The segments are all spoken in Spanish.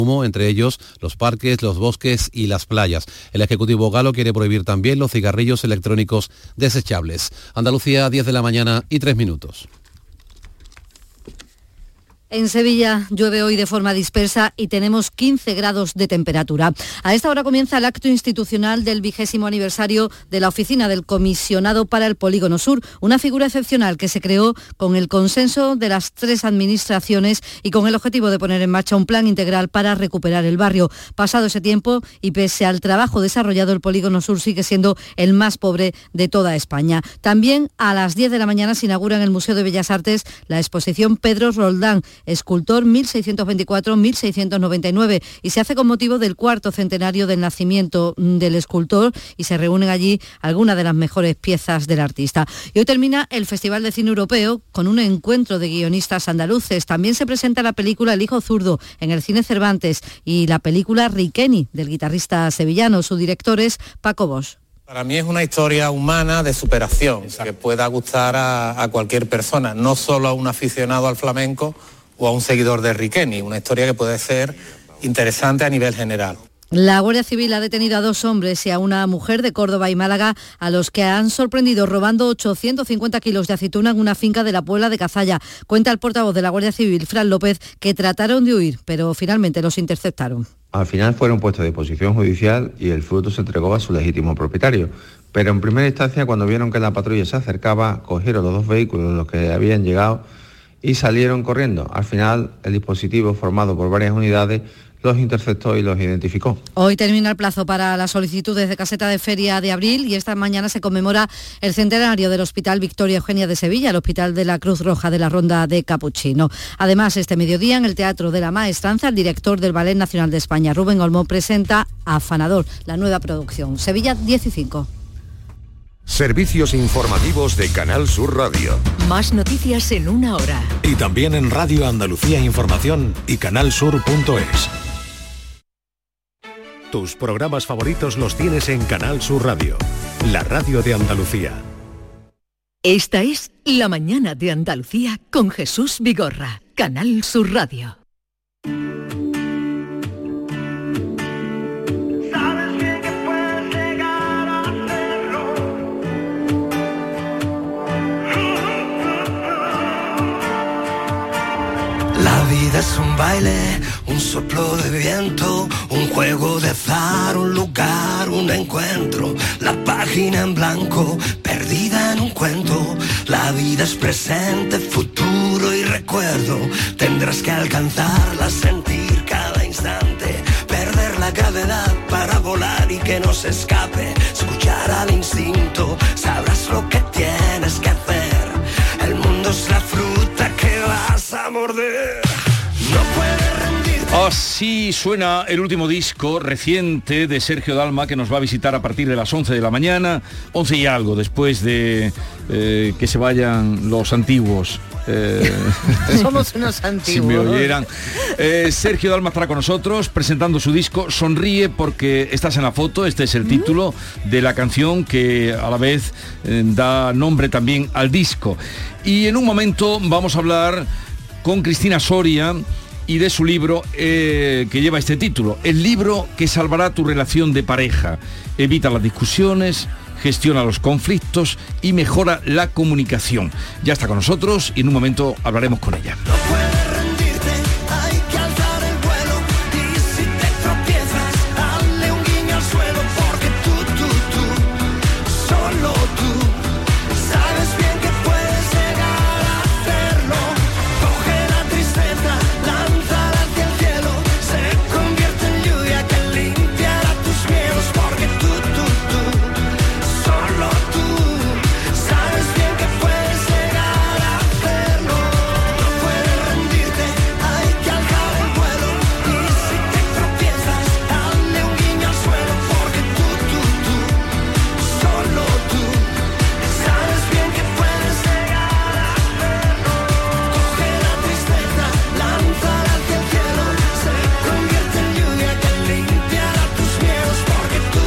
humo, entre ellos los parques, los bosques y las playas. El Ejecutivo galo quiere prohibir también los cigarrillos electrónicos desechables. Andalucía, 10 de la mañana y 3 minutos. En Sevilla llueve hoy de forma dispersa y tenemos 15 grados de temperatura. A esta hora comienza el acto institucional del 20º aniversario de la oficina del Comisionado para el Polígono Sur, una figura excepcional que se creó con el consenso de las 3 administraciones y con el objetivo de poner en marcha un plan integral para recuperar el barrio. Pasado ese tiempo y pese al trabajo desarrollado, el Polígono Sur sigue siendo el más pobre de toda España. También a las 10 de la mañana se inaugura en el Museo de Bellas Artes la exposición Pedro Roldán, escultor 1624-1699, y se hace con motivo del 4º centenario del nacimiento del escultor y se reúnen allí algunas de las mejores piezas del artista. Y hoy termina el Festival de Cine Europeo con un encuentro de guionistas andaluces. También se presenta la película El hijo zurdo en el Cine Cervantes y la película Riqueni del guitarrista sevillano. Su director es Paco Bosch. Para mí es una historia humana de superación, que pueda gustar a cualquier persona, no solo a un aficionado al flamenco o a un seguidor de Riqueni, una historia que puede ser interesante a nivel general. La Guardia Civil ha detenido a 2 hombres y a una mujer de Córdoba y Málaga, a los que han sorprendido robando 850 kilos de aceituna en una finca de la Puebla de Cazalla. Cuenta el portavoz de la Guardia Civil, Fran López, que trataron de huir, pero finalmente los interceptaron. Al final fueron puestos a disposición judicial y el fruto se entregó a su legítimo propietario. Pero en primera instancia, cuando vieron que la patrulla se acercaba, cogieron los 2 vehículos en los que habían llegado y salieron corriendo. Al final, el dispositivo, formado por varias unidades, los interceptó y los identificó. Hoy termina el plazo para las solicitudes de caseta de feria de abril y esta mañana se conmemora el centenario del Hospital Victoria Eugenia de Sevilla, el Hospital de la Cruz Roja de la Ronda de Capuchino. Además, este mediodía en el Teatro de la Maestranza, el director del Ballet Nacional de España, Rubén Olmo, presenta Afanador, la nueva producción. Sevilla 15. Servicios informativos de Canal Sur Radio. Más noticias en 1 hora. Y también en Radio Andalucía Información y canalsur.es. Tus programas favoritos los tienes en Canal Sur Radio, la radio de Andalucía. Esta es La Mañana de Andalucía con Jesús Vigorra, Canal Sur Radio. La vida es un baile, un soplo de viento, un juego de azar, un lugar, un encuentro. La página en blanco, perdida en un cuento. La vida es presente, futuro y recuerdo. Tendrás que alcanzarla, sentir cada instante. Perder la gravedad para volar y que no se escape. Escuchar al instinto, sabrás lo que tienes que hacer. El mundo es la fruta que vas a morder. No puedes rendirte. Así suena el último disco reciente de Sergio Dalma, que nos va a visitar a partir de las 11 de la mañana, 11 y algo, después de que se vayan los antiguos. Somos unos antiguos. Si me oyeran. Sergio Dalma estará con nosotros presentando su disco Sonríe porque estás en la foto. Este es el título de la canción que a la vez da nombre también al disco. Y en un momento vamos a hablar con Cristina Soria y de su libro que lleva este título, el libro que salvará tu relación de pareja. Evita las discusiones, gestiona los conflictos y mejora la comunicación. Ya está con nosotros y en un momento hablaremos con ella. No puedes rendirte, hay que alzar el vuelo. Y si te tropiezas, dale un guiño al suelo. Porque tú, solo tú, sabes bien que puedes llegar a hacerlo. Coge la tristeza, lánzala hacia el cielo. Se convierte en lluvia que limpiará tus miedos. Porque tú, solo tú, sabes bien que puedes llegar a hacerlo. No puedes rendirte, hay que alzar el vuelo. Y si te tropiezas, dale un guiño al suelo. Porque tú, solo tú, sabes bien que puedes llegar a hacerlo. Coge la tristeza, lánzala hacia el cielo. Se convierte en lluvia que limpiará tus miedos. Porque tú,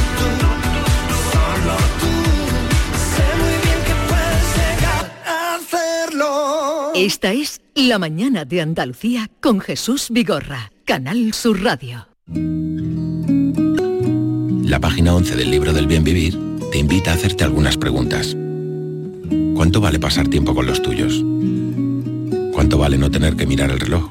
solo tú, sé muy bien que puedes llegar a hacerlo. Esta es La Mañana de Andalucía con Jesús Vigorra, Canal Sur Radio. La página 11 del libro del bien vivir te invita a hacerte algunas preguntas. ¿Cuánto vale pasar tiempo con los tuyos? ¿Cuánto vale no tener que mirar el reloj?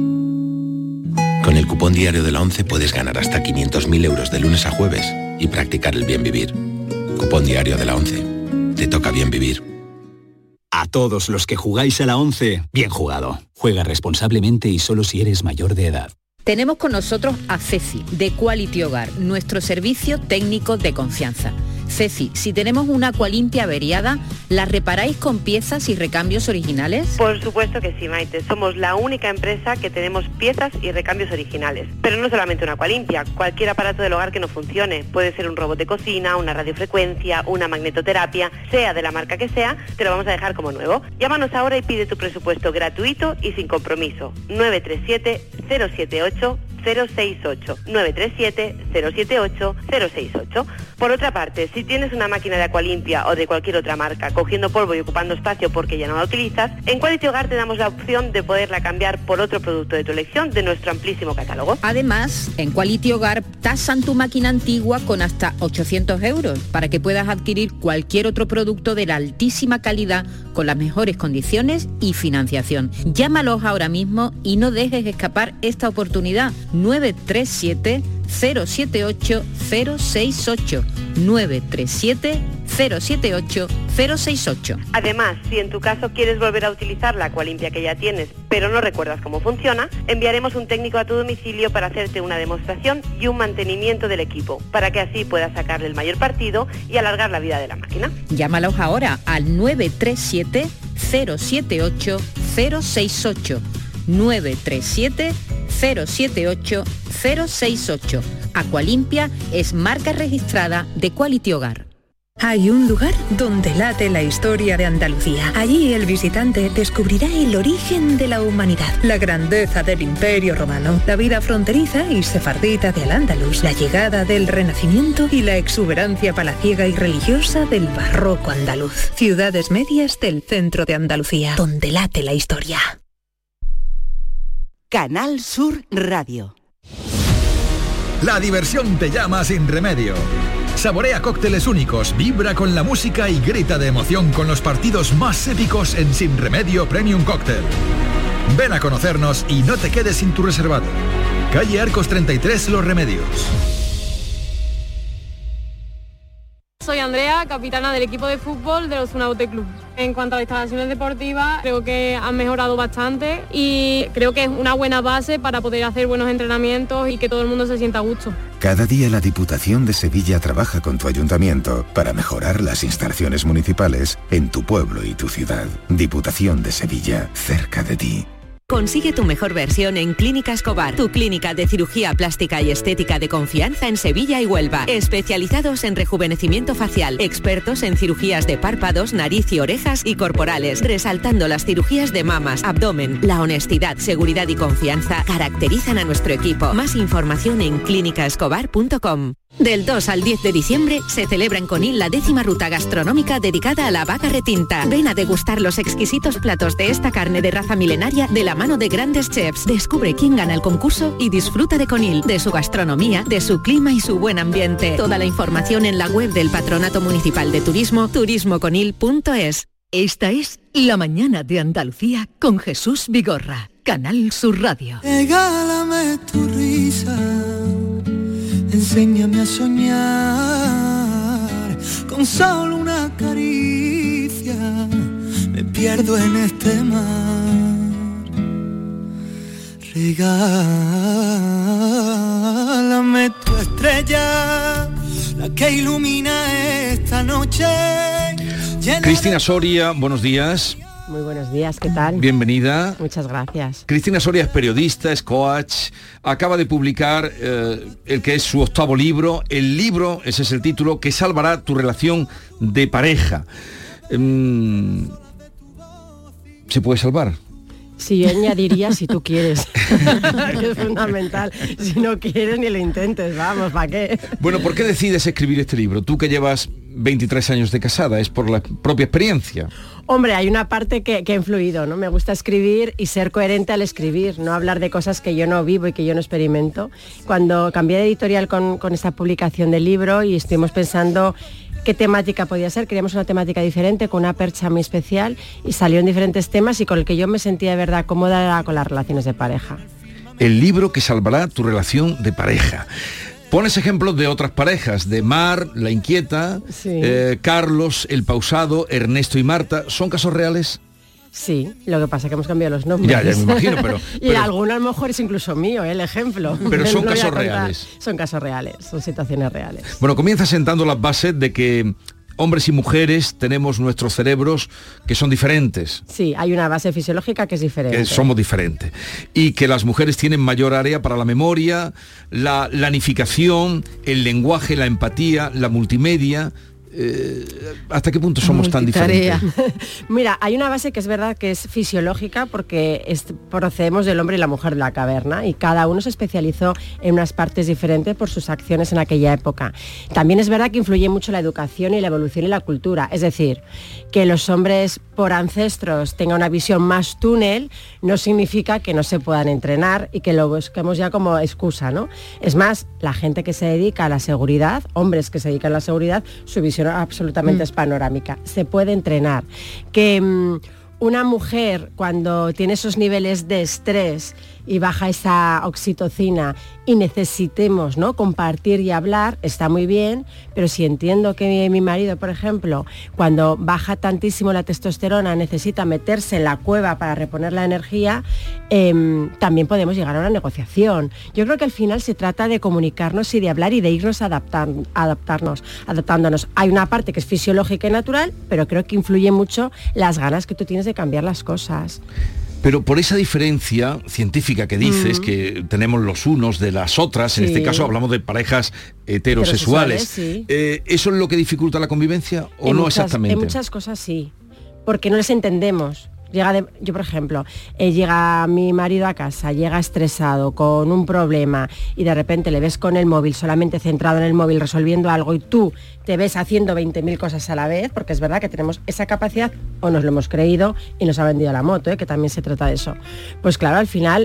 Con el cupón diario de la 11 puedes ganar hasta 500.000 euros de lunes a jueves y practicar el bien vivir. Cupón diario de la 11. Te toca bien vivir. A todos los que jugáis a la 11, bien jugado. Juega responsablemente y solo si eres mayor de edad. Tenemos con nosotros a Ceci, de Quality Hogar, nuestro servicio técnico de confianza. Ceci, si tenemos una Aqualimpia averiada, ¿la reparáis con piezas y recambios originales? Por supuesto que sí, Maite. Somos la única empresa que tenemos piezas y recambios originales. Pero no solamente una Aqualimpia, cualquier aparato del hogar que no funcione. Puede ser un robot de cocina, una radiofrecuencia, una magnetoterapia, sea de la marca que sea, te lo vamos a dejar como nuevo. Llámanos ahora y pide tu presupuesto gratuito y sin compromiso. 937 078 068 937 078 068. Por otra parte, si tienes una máquina de Aqualimpia o de cualquier otra marca cogiendo polvo y ocupando espacio porque ya no la utilizas, en Quality Hogar te damos la opción de poderla cambiar por otro producto de tu elección de nuestro amplísimo catálogo. Además, en Quality Hogar tasan tu máquina antigua con hasta 800 euros para que puedas adquirir cualquier otro producto de la altísima calidad con las mejores condiciones y financiación. Llámalos ahora mismo y no dejes escapar esta oportunidad. 937 078 068 937 078 068. Además, si en tu caso quieres volver a utilizar la Aqualimpia que ya tienes, pero no recuerdas cómo funciona, enviaremos un técnico a tu domicilio para hacerte una demostración y un mantenimiento del equipo, para que así puedas sacarle el mayor partido y alargar la vida de la máquina. Llámalos ahora al 937 078 068 937 078 068. Aqualimpia es marca registrada de Quality Hogar. Hay un lugar donde late la historia de Andalucía. Allí el visitante descubrirá el origen de la humanidad, la grandeza del Imperio Romano, la vida fronteriza y sefardita de Al-Ándalus, la llegada del Renacimiento y la exuberancia palaciega y religiosa del barroco andaluz. Ciudades medias del centro de Andalucía, donde late la historia. Canal Sur Radio. La diversión te llama sin remedio. Saborea cócteles únicos, vibra con la música y grita de emoción con los partidos más épicos en Sin Remedio Premium Cóctel. Ven a conocernos y no te quedes sin tu reservado. Calle Arcos 33, Los Remedios. Soy Andrea, capitana del equipo de fútbol del Osuna Bote Club. En cuanto a las instalaciones deportivas, creo que han mejorado bastante y creo que es una buena base para poder hacer buenos entrenamientos y que todo el mundo se sienta a gusto. Cada día la Diputación de Sevilla trabaja con tu ayuntamiento para mejorar las instalaciones municipales en tu pueblo y tu ciudad. Diputación de Sevilla, cerca de ti. Consigue tu mejor versión en Clínica Escobar, tu clínica de cirugía plástica y estética de confianza en Sevilla y Huelva. Especializados en rejuvenecimiento facial, expertos en cirugías de párpados, nariz y orejas y corporales, resaltando las cirugías de mamas, abdomen. La honestidad, seguridad y confianza caracterizan a nuestro equipo. Más información en clínicaescobar.com. Del 2 al 10 de diciembre se celebra en Conil la 10ª ruta gastronómica dedicada a la vaca retinta. Ven a degustar los exquisitos platos de esta carne de raza milenaria de la mano de grandes chefs. Descubre quién gana el concurso y disfruta de Conil, de su gastronomía, de su clima y su buen ambiente. Toda la información en la web del Patronato Municipal de Turismo, turismoconil.es. Esta es La Mañana de Andalucía con Jesús Vigorra, Canal Sur Radio. Regálame tu risa, enséñame a soñar, con solo una caricia me pierdo en este mar. Regálame tu estrella, la que ilumina esta noche. Cristina Soria, buenos días. Muy buenos días, ¿qué tal? Bienvenida. Muchas gracias. Cristina Soria es periodista, es coach, acaba de publicar el que es su 8º libro. El libro, ese es el título, que salvará tu relación de pareja. ¿Se puede salvar? Sí, yo añadiría si tú quieres, que es fundamental. Si no quieres ni lo intentes, vamos, ¿para qué? Bueno, ¿por qué decides escribir este libro? Tú que llevas 23 años de casada? ¿Es por la propia experiencia? Hombre, hay una parte que ha influido, ¿no? Me gusta escribir y ser coherente al escribir, no hablar de cosas que yo no vivo y que yo no experimento. Cuando cambié de editorial con esta publicación del libro y estuvimos pensando qué temática podía ser, queríamos una temática diferente, con una percha muy especial, y salieron diferentes temas y con el que yo me sentía de verdad cómoda era con las relaciones de pareja. El libro que salvará tu relación de pareja. Pones ejemplos de otras parejas, de Mar, la inquieta, Sí. Carlos, el pausado, Ernesto y Marta. ¿Son casos reales? Sí, lo que pasa es que hemos cambiado los nombres. Ya me imagino, pero... y alguno a lo mejor es incluso mío, el ejemplo. Pero son No voy a casos contar. reales. Son casos reales, son situaciones reales. Bueno, comienza sentando las bases de que hombres y mujeres tenemos nuestros cerebros que son diferentes. Sí, hay una base fisiológica que es diferente. Que somos diferentes. Y que las mujeres tienen mayor área para la memoria, la planificación, el lenguaje, la empatía, la multimedia. ¿Hasta qué punto somos tan diferentes? Mira, hay una base que es verdad que es fisiológica porque procedemos del hombre y la mujer de la caverna y cada uno se especializó en unas partes diferentes por sus acciones en aquella época. También es verdad que influye mucho la educación y la evolución y la cultura, es decir, que los hombres por ancestros tengan una visión más túnel no significa que no se puedan entrenar y que lo busquemos ya como excusa, ¿no? Es más, la gente que se dedica a la seguridad, hombres que se dedican a la seguridad, su visión absolutamente es panorámica. Se puede entrenar. Que una mujer cuando tiene esos niveles de estrés y baja esa oxitocina y necesitemos, ¿no?, compartir y hablar, está muy bien, pero si entiendo que mi marido, por ejemplo, cuando baja tantísimo la testosterona necesita meterse en la cueva para reponer la energía, también podemos llegar a una negociación. Yo creo que al final se trata de comunicarnos y de hablar y de irnos adaptándonos. Hay una parte que es fisiológica y natural, pero creo que influye mucho las ganas que tú tienes de cambiar las cosas. Pero por esa diferencia científica que dices, que tenemos los unos de las otras, en Sí. este caso hablamos de parejas heterosexuales, sí. ¿eso es lo que dificulta la convivencia o En no muchas, exactamente? En muchas cosas sí, porque no les entendemos. Yo, por ejemplo, llega mi marido a casa, llega estresado, con un problema, y de repente le ves con el móvil, solamente centrado en el móvil, resolviendo algo, y tú te ves haciendo 20.000 cosas a la vez, porque es verdad que tenemos esa capacidad, o nos lo hemos creído, y nos ha vendido la moto, que también se trata de eso. Pues claro, al final...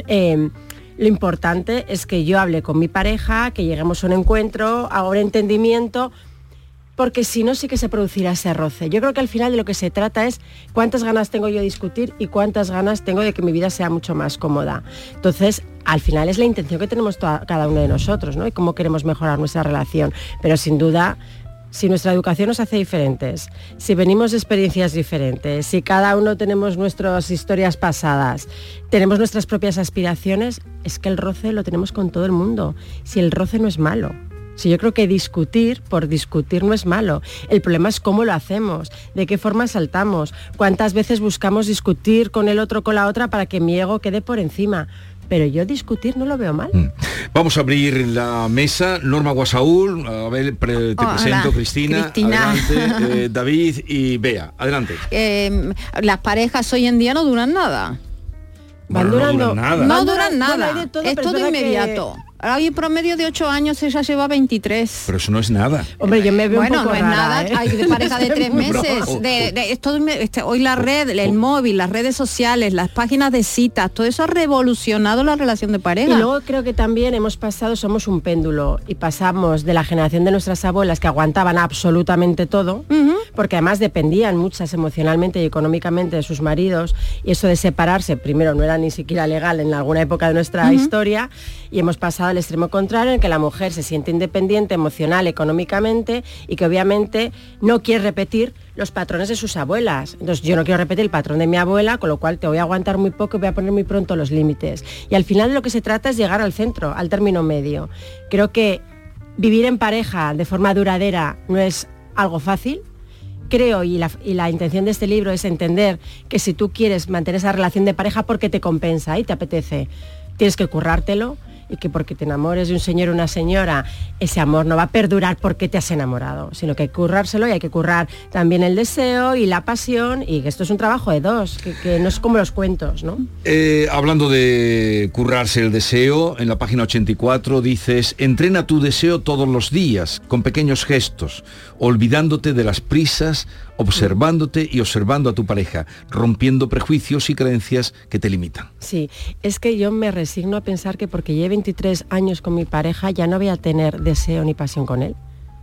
lo importante es que yo hable con mi pareja, que lleguemos a un encuentro, a un entendimiento, porque si no sí que se producirá ese roce. Yo creo que al final de lo que se trata es cuántas ganas tengo yo de discutir y cuántas ganas tengo de que mi vida sea mucho más cómoda. Entonces, al final es la intención que tenemos cada uno de nosotros, ¿no? Y cómo queremos mejorar nuestra relación. Pero sin duda, si nuestra educación nos hace diferentes, si venimos de experiencias diferentes, si cada uno tenemos nuestras historias pasadas, tenemos nuestras propias aspiraciones, es que el roce lo tenemos con todo el mundo. Si el roce no es malo. Sí, yo creo que discutir por discutir no es malo. El problema es cómo lo hacemos, de qué forma saltamos, cuántas veces buscamos discutir con el otro, con la otra, para que mi ego quede por encima. Pero yo discutir no lo veo mal. Vamos a abrir la mesa. Norma Guasaúl, a ver, te presento, Cristina. Adelante, David y Bea. Adelante. Las parejas hoy en día no duran nada. Van durando, no duran nada. Bueno, todo, es pero todo inmediato. Ahora hay promedio de 8 años, ella lleva 23. Pero eso no es nada. Hombre, yo me veo bueno, un poco no es rara, nada, ¿eh? hay de pareja de 3 meses. Es todo hoy la red, el móvil, las redes sociales, las páginas de citas, todo eso ha revolucionado la relación de pareja. Y luego creo que también somos un péndulo y pasamos de la generación de nuestras abuelas que aguantaban absolutamente todo, porque además dependían muchas emocionalmente y económicamente de sus maridos, y eso de separarse, primero no era ni siquiera legal en alguna época de nuestra historia, y hemos pasado al extremo contrario, en que la mujer se siente independiente emocional, económicamente, y que obviamente no quiere repetir los patrones de sus abuelas. Entonces yo no quiero repetir el patrón de mi abuela, con lo cual te voy a aguantar muy poco y voy a poner muy pronto los límites. Y al final de lo que se trata es llegar al centro, al término medio. Creo que vivir en pareja de forma duradera no es algo fácil. Creo, y la intención de este libro es entender que si tú quieres mantener esa relación de pareja porque te compensa y te apetece, tienes que currártelo, y que porque te enamores de un señor o una señora, ese amor no va a perdurar porque te has enamorado, sino que hay que currárselo y hay que currar también el deseo y la pasión, y que esto es un trabajo de dos, que no es como los cuentos, ¿no? Hablando de currarse el deseo, en la página 84 dices: entrena tu deseo todos los días, con pequeños gestos, olvidándote de las prisas, observándote y observando a tu pareja, rompiendo prejuicios y creencias que te limitan. Sí, es que yo me resigno a pensar que porque lleve 23 años con mi pareja ya no voy a tener deseo ni pasión con él.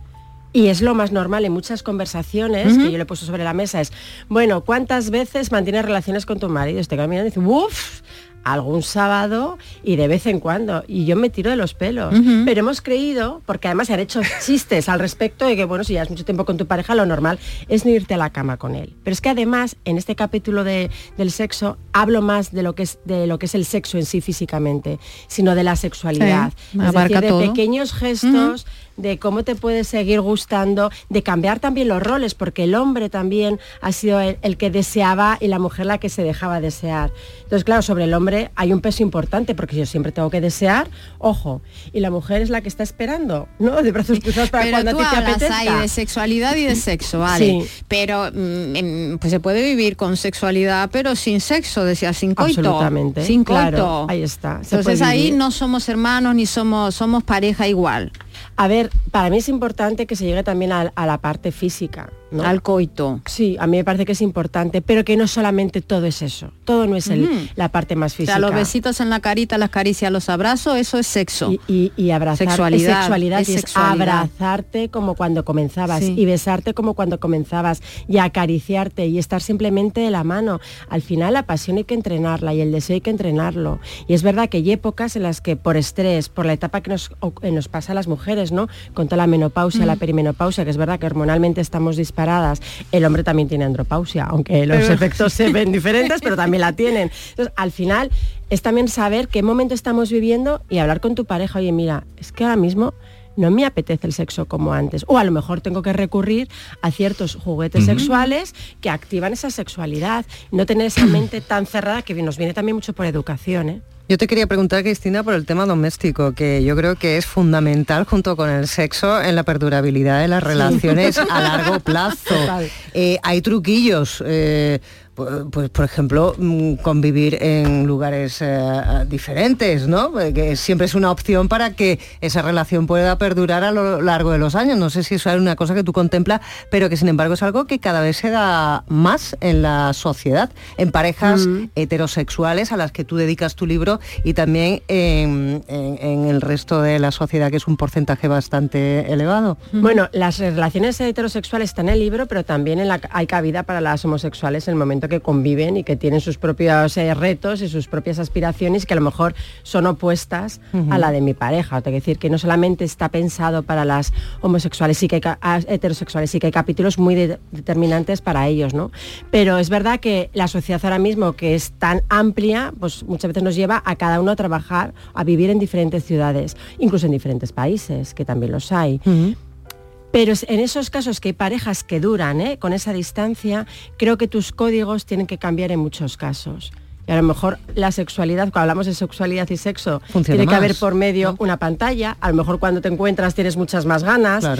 Y es lo más normal en muchas conversaciones que yo le he puesto sobre la mesa, es, bueno, ¿cuántas veces mantienes relaciones con tu marido? Estoy caminando y dice, uff, algún sábado y de vez en cuando, y yo me tiro de los pelos. Pero hemos creído, porque además se han hecho chistes al respecto de que, bueno, si llevas mucho tiempo con tu pareja, lo normal es no irte a la cama con él. Pero es que además, en este capítulo del sexo, hablo más de lo que es el sexo en sí físicamente, sino de la sexualidad. Sí, es abarca decir, de todo. pequeños gestos, de cómo te puedes seguir gustando, de cambiar también los roles, porque el hombre también ha sido el que deseaba y la mujer la que se dejaba desear. Entonces, claro, sobre el hombre hay un peso importante, porque yo siempre tengo que desear, ojo, y la mujer es la que está esperando, ¿no? De brazos cruzados para pero cuando a ti te apetezca. Ahí de sexualidad y de sexo, vale. Sí. Pero pues se puede vivir con sexualidad, pero sin sexo, decía, sin coito. Absolutamente. Sin coito. Claro, ahí está. Entonces ahí no somos hermanos ni somos pareja igual. A ver, para mí es importante que se llegue también a la parte física, ¿no? Al coito. Sí, a mí me parece que es importante, pero que no solamente todo es eso. Todo no es la parte más física. O sea, los besitos en la carita, las caricias, los abrazos, eso es sexo. Y abrazar sexualidad, es abrazarte como cuando comenzabas, y besarte como cuando comenzabas, y acariciarte y estar simplemente de la mano. Al final la pasión hay que entrenarla y el deseo hay que entrenarlo. Y es verdad que hay épocas en las que por estrés, por la etapa que nos pasa a las mujeres, ¿no? Con toda la menopausia, la perimenopausia, que es verdad que hormonalmente estamos disparadas. El hombre también tiene andropausia, aunque los efectos se ven diferentes, pero también la tienen. Entonces, al final es también saber qué momento estamos viviendo y hablar con tu pareja, oye, mira, es que ahora mismo no me apetece el sexo como antes, o a lo mejor tengo que recurrir a ciertos juguetes sexuales que activan esa sexualidad, no tener esa mente tan cerrada, que nos viene también mucho por educación, ¿eh? Yo te quería preguntar, Cristina, por el tema doméstico, que yo creo que es fundamental junto con el sexo en la perdurabilidad de las relaciones a largo plazo. Hay truquillos, pues por ejemplo, convivir en lugares diferentes, ¿no? Que siempre es una opción para que esa relación pueda perdurar a lo largo de los años. No sé si eso es una cosa que tú contemplas, pero que sin embargo es algo que cada vez se da más en la sociedad, en parejas heterosexuales a las que tú dedicas tu libro, y también en el resto de la sociedad, que es un porcentaje bastante elevado. Bueno, las relaciones heterosexuales están en el libro, pero también hay cabida para las homosexuales en el momento que conviven y que tienen sus propios retos y sus propias aspiraciones, que a lo mejor son opuestas a la de mi pareja. Tengo que decir que no solamente está pensado para las homosexuales, sí que hay heterosexuales, sí que hay capítulos muy determinantes para ellos, ¿no? Pero es verdad que la sociedad ahora mismo, que es tan amplia, pues muchas veces nos lleva a cada uno a trabajar, a vivir en diferentes ciudades, incluso en diferentes países, que también los hay. Pero en esos casos que hay parejas que duran con esa distancia, creo que tus códigos tienen que cambiar en muchos casos. Y a lo mejor la sexualidad, cuando hablamos de sexualidad y sexo, tiene que haber por medio una pantalla. A lo mejor cuando te encuentras tienes muchas más ganas. Claro.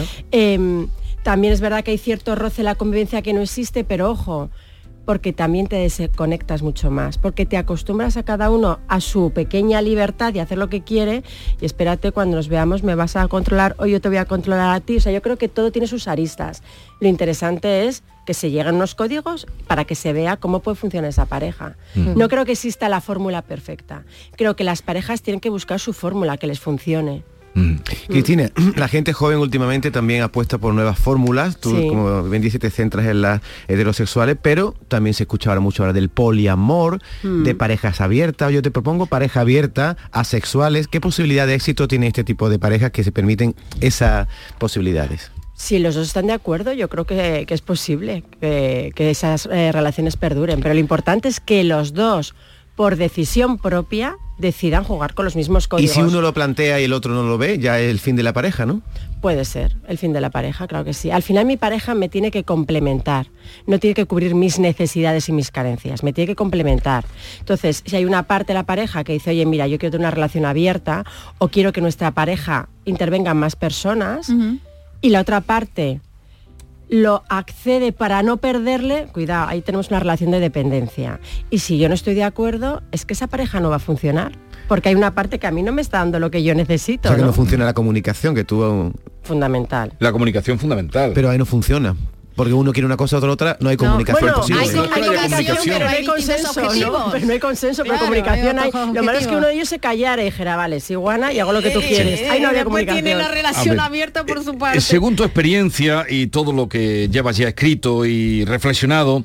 También es verdad que hay cierto roce en la convivencia que no existe, pero ojo, porque también te desconectas mucho más, porque te acostumbras a cada uno a su pequeña libertad y hacer lo que quiere, y espérate, cuando nos veamos me vas a controlar o yo te voy a controlar a ti. O sea, yo creo que todo tiene sus aristas. Lo interesante es que se lleguen unos códigos para que se vea cómo puede funcionar esa pareja. No creo que exista la fórmula perfecta. Creo que las parejas tienen que buscar su fórmula que les funcione. Cristina, la gente joven últimamente también apuesta por nuevas fórmulas. Tú, como bien dices, te centras en las heterosexuales, pero también se escucha ahora mucho del poliamor, de parejas abiertas. Yo te propongo pareja abierta, asexuales. ¿Qué posibilidad de éxito tiene este tipo de parejas que se permiten esas posibilidades? Si los dos están de acuerdo, yo creo que es posible que esas relaciones perduren, pero lo importante es que los dos, por decisión propia, decidan jugar con los mismos Y códigos. si uno lo plantea y el otro no lo ve, ya es el fin de la pareja, ¿no? Puede ser el fin de la pareja, claro que sí. Al final mi pareja me tiene que complementar, no tiene que cubrir mis necesidades y mis carencias, me tiene que complementar. Entonces, si hay una parte de la pareja que dice, oye, mira, yo quiero tener una relación abierta o quiero que nuestra pareja intervengan más personas, y la otra parte lo accede para no perderle, cuidado, ahí tenemos una relación de dependencia. Y si yo no estoy de acuerdo, es que esa pareja no va a funcionar, porque hay una parte que a mí no me está dando lo que yo necesito. O sea, que no funciona la comunicación, que tú... Fundamental. La comunicación fundamental. Pero ahí no funciona. Porque uno quiere una cosa, otra, no hay comunicación posible. Hay comunicación, pero no hay consenso, ¿no? Pero no hay consenso, pero comunicación hay. Lo malo es que uno de ellos se callara y dijera, vale, sí, Juana, y hago lo que tú quieres. Ahí no había comunicación. Tiene la relación abierta por su parte. Según tu experiencia y todo lo que llevas ya escrito y reflexionado,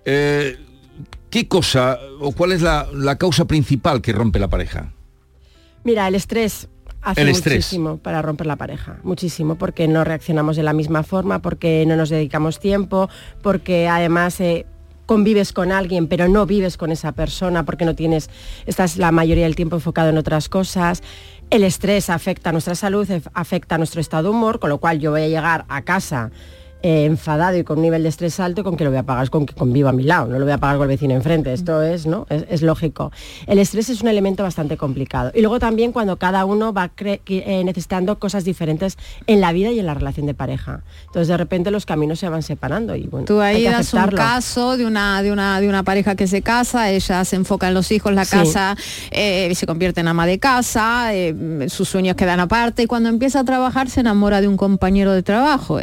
¿qué cosa o cuál es la causa principal que rompe la pareja? Mira, el estrés. Hace muchísimo para romper la pareja, muchísimo, porque no reaccionamos de la misma forma, porque no nos dedicamos tiempo, porque además convives con alguien pero no vives con esa persona, porque estás la mayoría del tiempo enfocado en otras cosas. El estrés afecta a nuestra salud, afecta a nuestro estado de humor, con lo cual yo voy a llegar a casa enfadado y con un nivel de estrés alto. ¿Con que lo voy a pagar? Es con que convivo a mi lado, no lo voy a pagar con el vecino enfrente. Esto es, ¿no? Es lógico. El estrés es un elemento bastante complicado. Y luego también cuando cada uno va necesitando cosas diferentes en la vida y en la relación de pareja. Entonces de repente los caminos se van separando y bueno, tú ahí hay que das un aceptarlo. caso de una pareja que se casa, ella se enfoca en los hijos, la casa se convierte en ama de casa, sus sueños quedan aparte y cuando empieza a trabajar se enamora de un compañero de trabajo.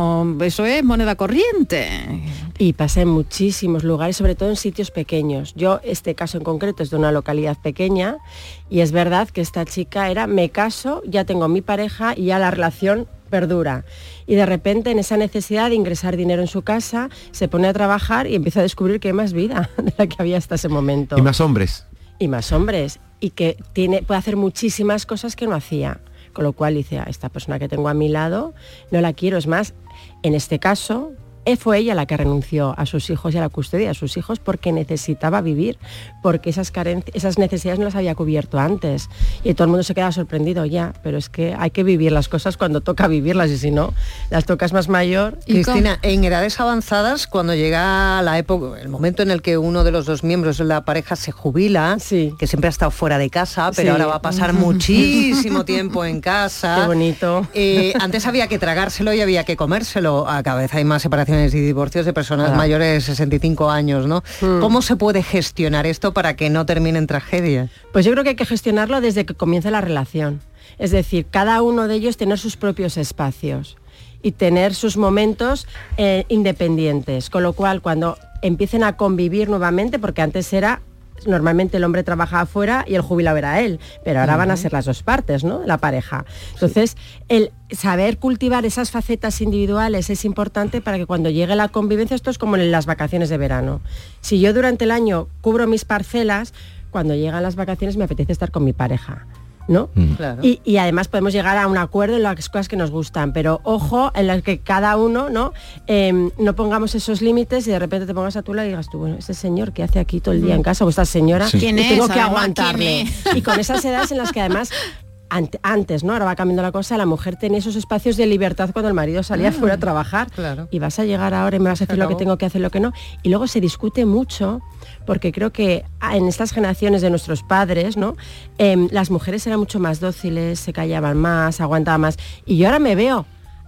Eso es moneda corriente. Y pasa en muchísimos lugares, sobre todo en sitios pequeños. Yo, este caso en concreto es de una localidad pequeña y es verdad que esta chica me caso, ya tengo mi pareja y ya la relación perdura. Y de repente en esa necesidad de ingresar dinero en su casa, se pone a trabajar y empieza a descubrir que hay más vida de la que había hasta ese momento. Y más hombres. Y más hombres. Y que puede hacer muchísimas cosas que no hacía. Con lo cual dice, esta persona que tengo a mi lado, no la quiero. Es más, en este caso, fue ella la que renunció a sus hijos y a la custodia de sus hijos porque necesitaba vivir, porque esas necesidades no las había cubierto antes. Y todo el mundo se queda sorprendido ya, pero es que hay que vivir las cosas cuando toca vivirlas y si no, las tocas más mayor. Cristina, en edades avanzadas, cuando llega la época, el momento en el que uno de los dos miembros de la pareja se jubila, que siempre ha estado fuera de casa, pero ahora va a pasar muchísimo tiempo en casa. Qué bonito. Antes había que tragárselo y había que comérselo. A cada vez hay más separaciones y divorcios de personas mayores de 65 años, ¿no? ¿Cómo se puede gestionar esto para que no termine en tragedia? Pues yo creo que hay que gestionarlo desde que comience la relación. Es decir, cada uno de ellos tener sus propios espacios y tener sus momentos independientes. Con lo cual, cuando empiecen a convivir nuevamente, porque antes normalmente el hombre trabajaba afuera y el jubilado era él, pero ahora van a ser las dos partes, ¿no?, de la pareja. Entonces, el saber cultivar esas facetas individuales es importante para que cuando llegue la convivencia, esto es como en las vacaciones de verano. Si yo durante el año cubro mis parcelas, cuando llegan las vacaciones me apetece estar con mi pareja, ¿no? Claro. Y además podemos llegar a un acuerdo en las cosas que nos gustan, pero ojo en las que cada uno no pongamos esos límites y de repente te pongas a tu lado y digas tú, bueno, ese señor que hace aquí todo el día en casa o esta señora, ¿quién es? Tengo que aguantarle. Y con esas edades en las que además antes, ¿no? Ahora va cambiando la cosa, la mujer tenía esos espacios de libertad cuando el marido salía fuera a trabajar. Claro. Y vas a llegar ahora y me vas a decir lo que tengo que hacer, lo que no. Y luego se discute mucho, porque creo que en estas generaciones de nuestros padres, ¿no? Las mujeres eran mucho más dóciles, se callaban más, aguantaban más. Y yo ahora me veo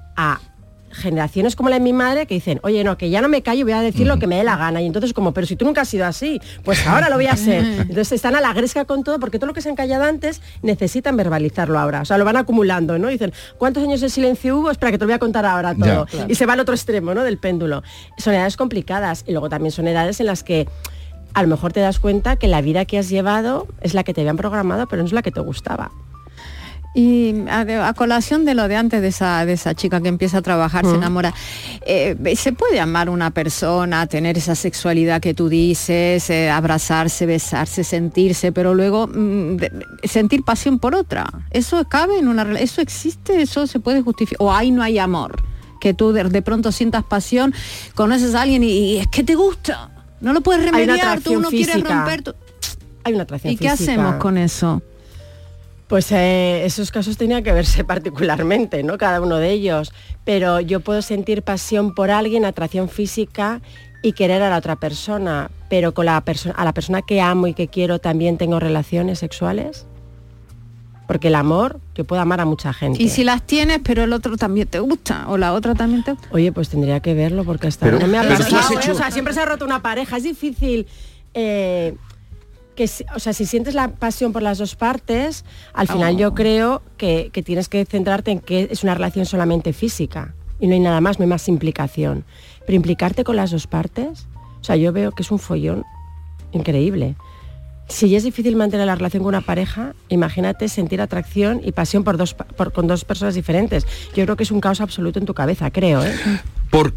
a generaciones como la de mi madre que dicen, oye, no, que ya no me callo, voy a decir lo que me dé la gana. Y entonces pero si tú nunca has sido así, pues ahora lo voy a ser. Entonces están a la gresca con todo, porque todo lo que se han callado antes necesitan verbalizarlo ahora. O sea, lo van acumulando, ¿no? Dicen, ¿cuántos años de silencio hubo? Espera, que te lo voy a contar ahora todo. Ya, claro. Y se va al otro extremo, ¿no?, del péndulo. Son edades complicadas. Y luego también son edades en las que a lo mejor te das cuenta que la vida que has llevado es la que te habían programado, pero no es la que te gustaba. Y a colación de lo de antes de esa chica que empieza a trabajar, se enamora, ¿se puede amar una persona, tener esa sexualidad que tú dices, abrazarse, besarse, sentirse, pero luego sentir pasión por otra? ¿Eso cabe en una relación? ¿Eso existe? ¿Eso se puede justificar? ¿O ahí no hay amor? Que tú de pronto sientas pasión, conoces a alguien y es que te gusta, no lo puedes remediar, tú no quieres romper hay una atracción ¿Y qué física. hacemos con eso? Pues esos casos tenían que verse particularmente, ¿no? Cada uno de ellos. Pero yo puedo sentir pasión por alguien, atracción física y querer a la otra persona. Pero con a la persona que amo y que quiero también tengo relaciones sexuales. Porque el amor, yo puedo amar a mucha gente. Y si las tienes, pero el otro también te gusta, o la otra también te gusta. Oye, pues tendría que verlo porque hasta Pero- no me ha pero pasado, tú has hecho- O sea, siempre se ha roto una pareja. Es difícil... si sientes la pasión por las dos partes, al final yo creo que tienes que centrarte en que es una relación solamente física y no hay nada más, no hay más implicación. Pero implicarte con las dos partes, o sea, yo veo que es un follón increíble. Si ya es difícil mantener la relación con una pareja, imagínate sentir atracción y pasión con dos personas diferentes. Yo creo que es un caos absoluto en tu cabeza, creo, ¿eh? ¿Por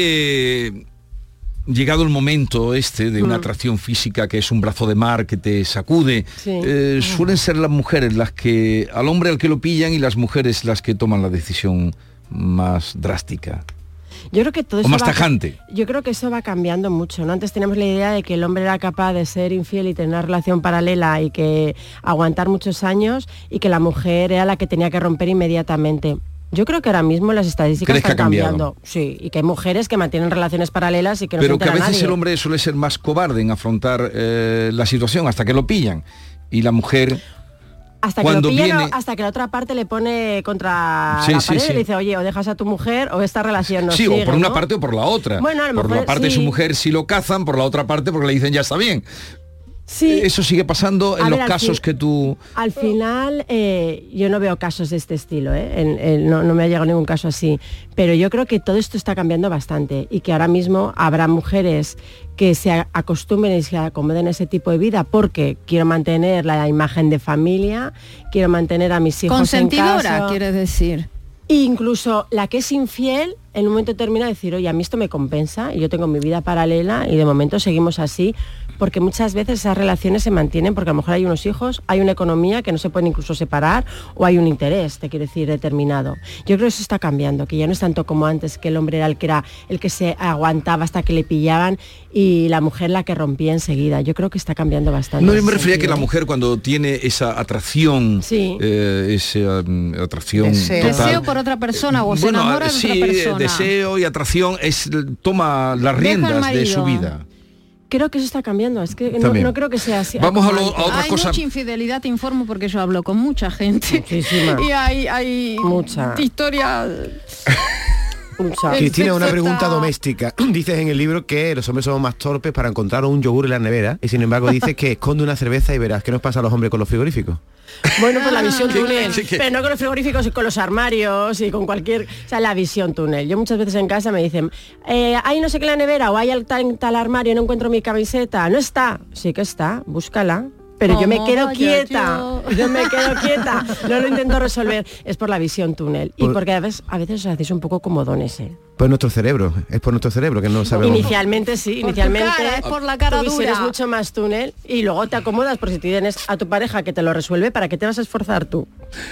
qué, llegado el momento de una atracción física que es un brazo de mar que te sacude, suelen ser las mujeres las que, al hombre al que lo pillan, y las mujeres las que toman la decisión más drástica? Yo creo que todo O eso más tajante. Yo creo que eso va cambiando mucho, ¿no? Antes teníamos la idea de que el hombre era capaz de ser infiel y tener una relación paralela y que aguantar muchos años, y que la mujer era la que tenía que romper inmediatamente. Yo creo que ahora mismo las estadísticas ¿Crees que están ha cambiado? cambiando. Sí, y que hay mujeres que mantienen relaciones paralelas y que no Pero se que a entera veces nadie. el hombre suele ser más cobarde en afrontar la situación hasta que lo pillan, y la mujer... Hasta que cuando lo pillan, viene- hasta que la otra parte le pone contra Sí, la sí, pared sí. y le dice, oye, o dejas a tu mujer o esta relación no Sí, sigue, o por una ¿no? parte o por la otra. Bueno, a lo por mejor la parte de su sí. mujer si lo cazan, por la otra parte porque le dicen ya está bien. Sí. Eso sigue pasando en A los ver, al casos fin- que tú... Al final, yo no veo casos de este estilo, no me ha llegado ningún caso así, pero yo creo que todo esto está cambiando bastante y que ahora mismo habrá mujeres que se acostumbren y se acomoden a ese tipo de vida porque quiero mantener la imagen de familia, quiero mantener a mis hijos Consentidora, en casa. quieres decir. E incluso la que es infiel, en un momento termina de decir, oye, a mí esto me compensa y yo tengo mi vida paralela y de momento seguimos así, porque muchas veces esas relaciones se mantienen porque a lo mejor hay unos hijos, hay una economía que no se pueden incluso separar o hay un interés, te quiero decir, determinado. Yo creo que eso está cambiando, que ya no es tanto como antes, que el hombre era el que se aguantaba hasta que le pillaban y la mujer la que rompía enseguida. Yo creo que está cambiando bastante. No, yo me ese refería a que sentido. la mujer cuando tiene esa atracción, Sí. esa atracción Deseo. total... Deseo por otra persona o se enamora de otra persona. deseo y atracción toma las Deja al riendas de marido. su vida. Creo que eso está cambiando, es que También. no creo que sea así. Vamos a como antes. Hay mucha infidelidad, te informo, porque yo hablo con mucha gente. Muchísima. Y hay Mucha. historias... Cristina, una sexo pregunta está- doméstica. Dices en el libro que los hombres somos más torpes para encontrar un yogur en la nevera y sin embargo dices que esconde una cerveza y verás. ¿Qué nos pasa a los hombres con los frigoríficos? Bueno, pues la visión túnel, sí, que- pero no con los frigoríficos y con los armarios y con cualquier... O sea, la visión túnel. Yo muchas veces en casa me dicen, hay no sé qué en la nevera o hay tal armario y no encuentro mi camiseta. No está. Sí que está, búscala. Pero yo me ¿Cómo quedo vaya quieta, yo me quedo quieta, no lo intento resolver, es por la visión túnel y porque a veces os hacéis un poco comodones, ¿eh? Pues nuestro cerebro, es por nuestro cerebro que no sabemos. Inicialmente sí, Por tu inicialmente cara, es por la cara tu visión dura. es mucho más túnel y luego te acomodas porque si tienes a tu pareja que te lo resuelve, ¿para qué te vas a esforzar tú?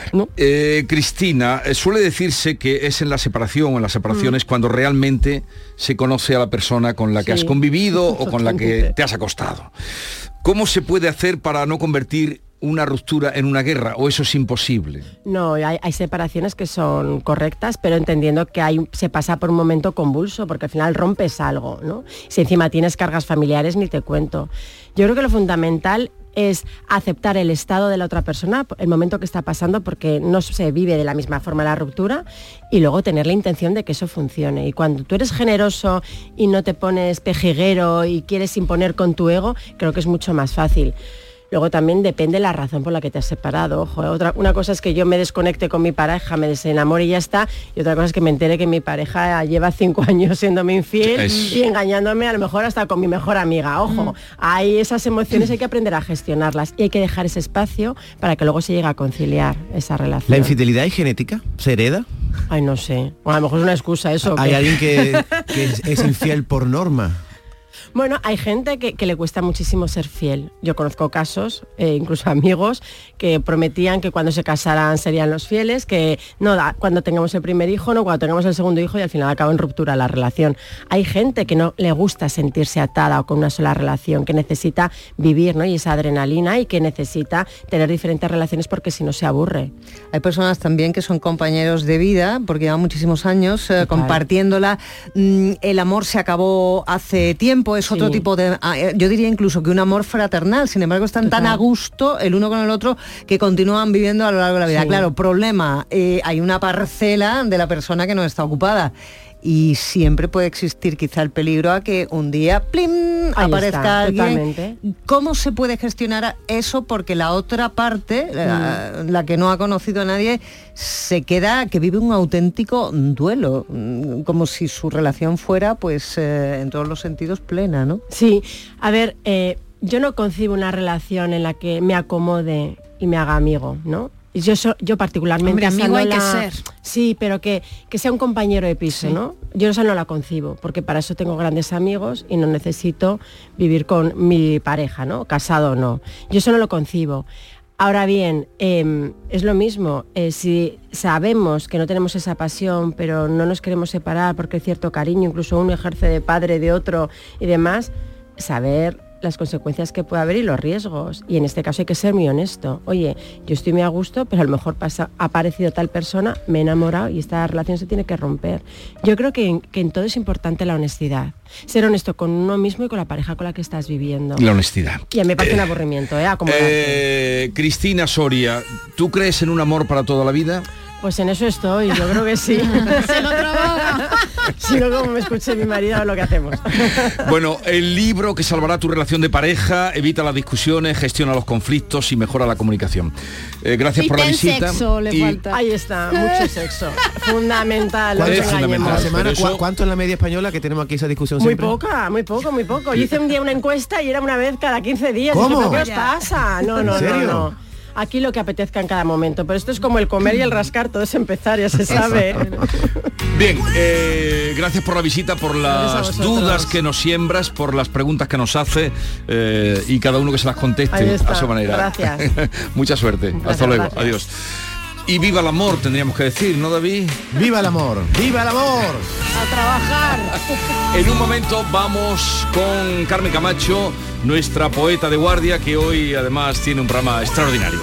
Cristina, suele decirse que es en la separación o en las separaciones cuando realmente se conoce a la persona con la que Sí. has convivido o con la que te has acostado. ¿Cómo se puede hacer para no convertir una ruptura en una guerra o eso es imposible? No, hay separaciones que son correctas, pero entendiendo que se pasa por un momento convulso, porque al final rompes algo, ¿no? Si encima tienes cargas familiares, ni te cuento. Yo creo que lo fundamental es aceptar el estado de la otra persona, el momento que está pasando, porque no se vive de la misma forma la ruptura, y luego tener la intención de que eso funcione. Y cuando tú eres generoso y no te pones pejiguero y quieres imponer con tu ego, creo que es mucho más fácil. Luego también depende la razón por la que te has separado. Ojo, una cosa es que yo me desconecte con mi pareja, me desenamore y ya está. Y otra cosa es que me entere que mi pareja lleva 5 años siéndome infiel y engañándome a lo mejor hasta con mi mejor amiga. Ojo, hay esas emociones, hay que aprender a gestionarlas y hay que dejar ese espacio para que luego se llegue a conciliar esa relación. ¿La infidelidad es genética? ¿Se hereda? Ay, no sé. O a lo mejor es una excusa eso. ¿Hay alguien que es infiel por norma? Bueno, hay gente que le cuesta muchísimo ser fiel. Yo conozco casos, incluso amigos, que prometían que cuando se casaran serían los fieles, que no, cuando tengamos el primer hijo, no, cuando tengamos el segundo hijo, y al final acaba en ruptura la relación. Hay gente que no le gusta sentirse atada o con una sola relación, que necesita vivir, ¿no? Y esa adrenalina, y que necesita tener diferentes relaciones porque si no se aburre. Hay personas también que son compañeros de vida, porque llevan muchísimos años compartiéndola. El amor se acabó hace tiempo, es otro tipo de... yo diría incluso que un amor fraternal, sin embargo están tan a gusto el uno con el otro que continúan viviendo a lo largo de la vida. Claro, problema, hay una parcela de la persona que no está ocupada. Y siempre puede existir quizá el peligro a que un día ¡plim!, aparezca alguien. Totalmente. ¿Cómo se puede gestionar eso? Porque la otra parte, la que no ha conocido a nadie, se queda, que vive un auténtico duelo, como si su relación fuera, pues, en todos los sentidos plena, ¿no? Sí, a ver, yo no concibo una relación en la que me acomode y me haga amigo, ¿no? Yo particularmente... Hombre, amigo hay que ser. Sí, pero que sea un compañero de piso, ¿no? Yo esa no la concibo, porque para eso tengo grandes amigos y no necesito vivir con mi pareja, ¿no? Casado o no. Yo eso no lo concibo. Ahora bien, es lo mismo, si sabemos que no tenemos esa pasión, pero no nos queremos separar porque hay cierto cariño, incluso uno ejerce de padre de otro y demás, saber las consecuencias que puede haber y los riesgos. Y en este caso hay que ser muy honesto. Oye, yo estoy muy a gusto, pero a lo mejor ha aparecido tal persona, me he enamorado y esta relación se tiene que romper. Yo creo que en todo es importante la honestidad. Ser honesto con uno mismo y con la pareja con la que estás viviendo. La honestidad. Y a mí me parece un aburrimiento, Cristina Soria, ¿tú crees en un amor para toda la vida? Pues en eso estoy, yo creo que sí. Se lo trabaja. Si no, como me escuche mi marido, lo que hacemos. Bueno, el libro que salvará tu relación de pareja, evita las discusiones, gestiona los conflictos y mejora la comunicación. Gracias por la visita. Sexo, le falta. Ahí está, mucho sexo. Fundamental. ¿Cuánto es la media española que tenemos aquí esa discusión muy siempre? Muy poco. Yo hice un día una encuesta y era una vez cada 15 días. ¿Cómo? Dije, ¿qué os pasa? No. Aquí lo que apetezca en cada momento, pero esto es como el comer y el rascar, todo es empezar, ya se sabe. Bien, gracias por la visita, por las dudas que nos siembras, por las preguntas que nos hace y cada uno que se las conteste a su manera. Gracias. Mucha suerte. Gracias, hasta luego. Gracias. Adiós. Y viva el amor, tendríamos que decir, ¿no, David? ¡Viva el amor! ¡Viva el amor! ¡A trabajar! En un momento vamos con Carmen Camacho, nuestra poeta de guardia, que hoy además tiene un programa extraordinario.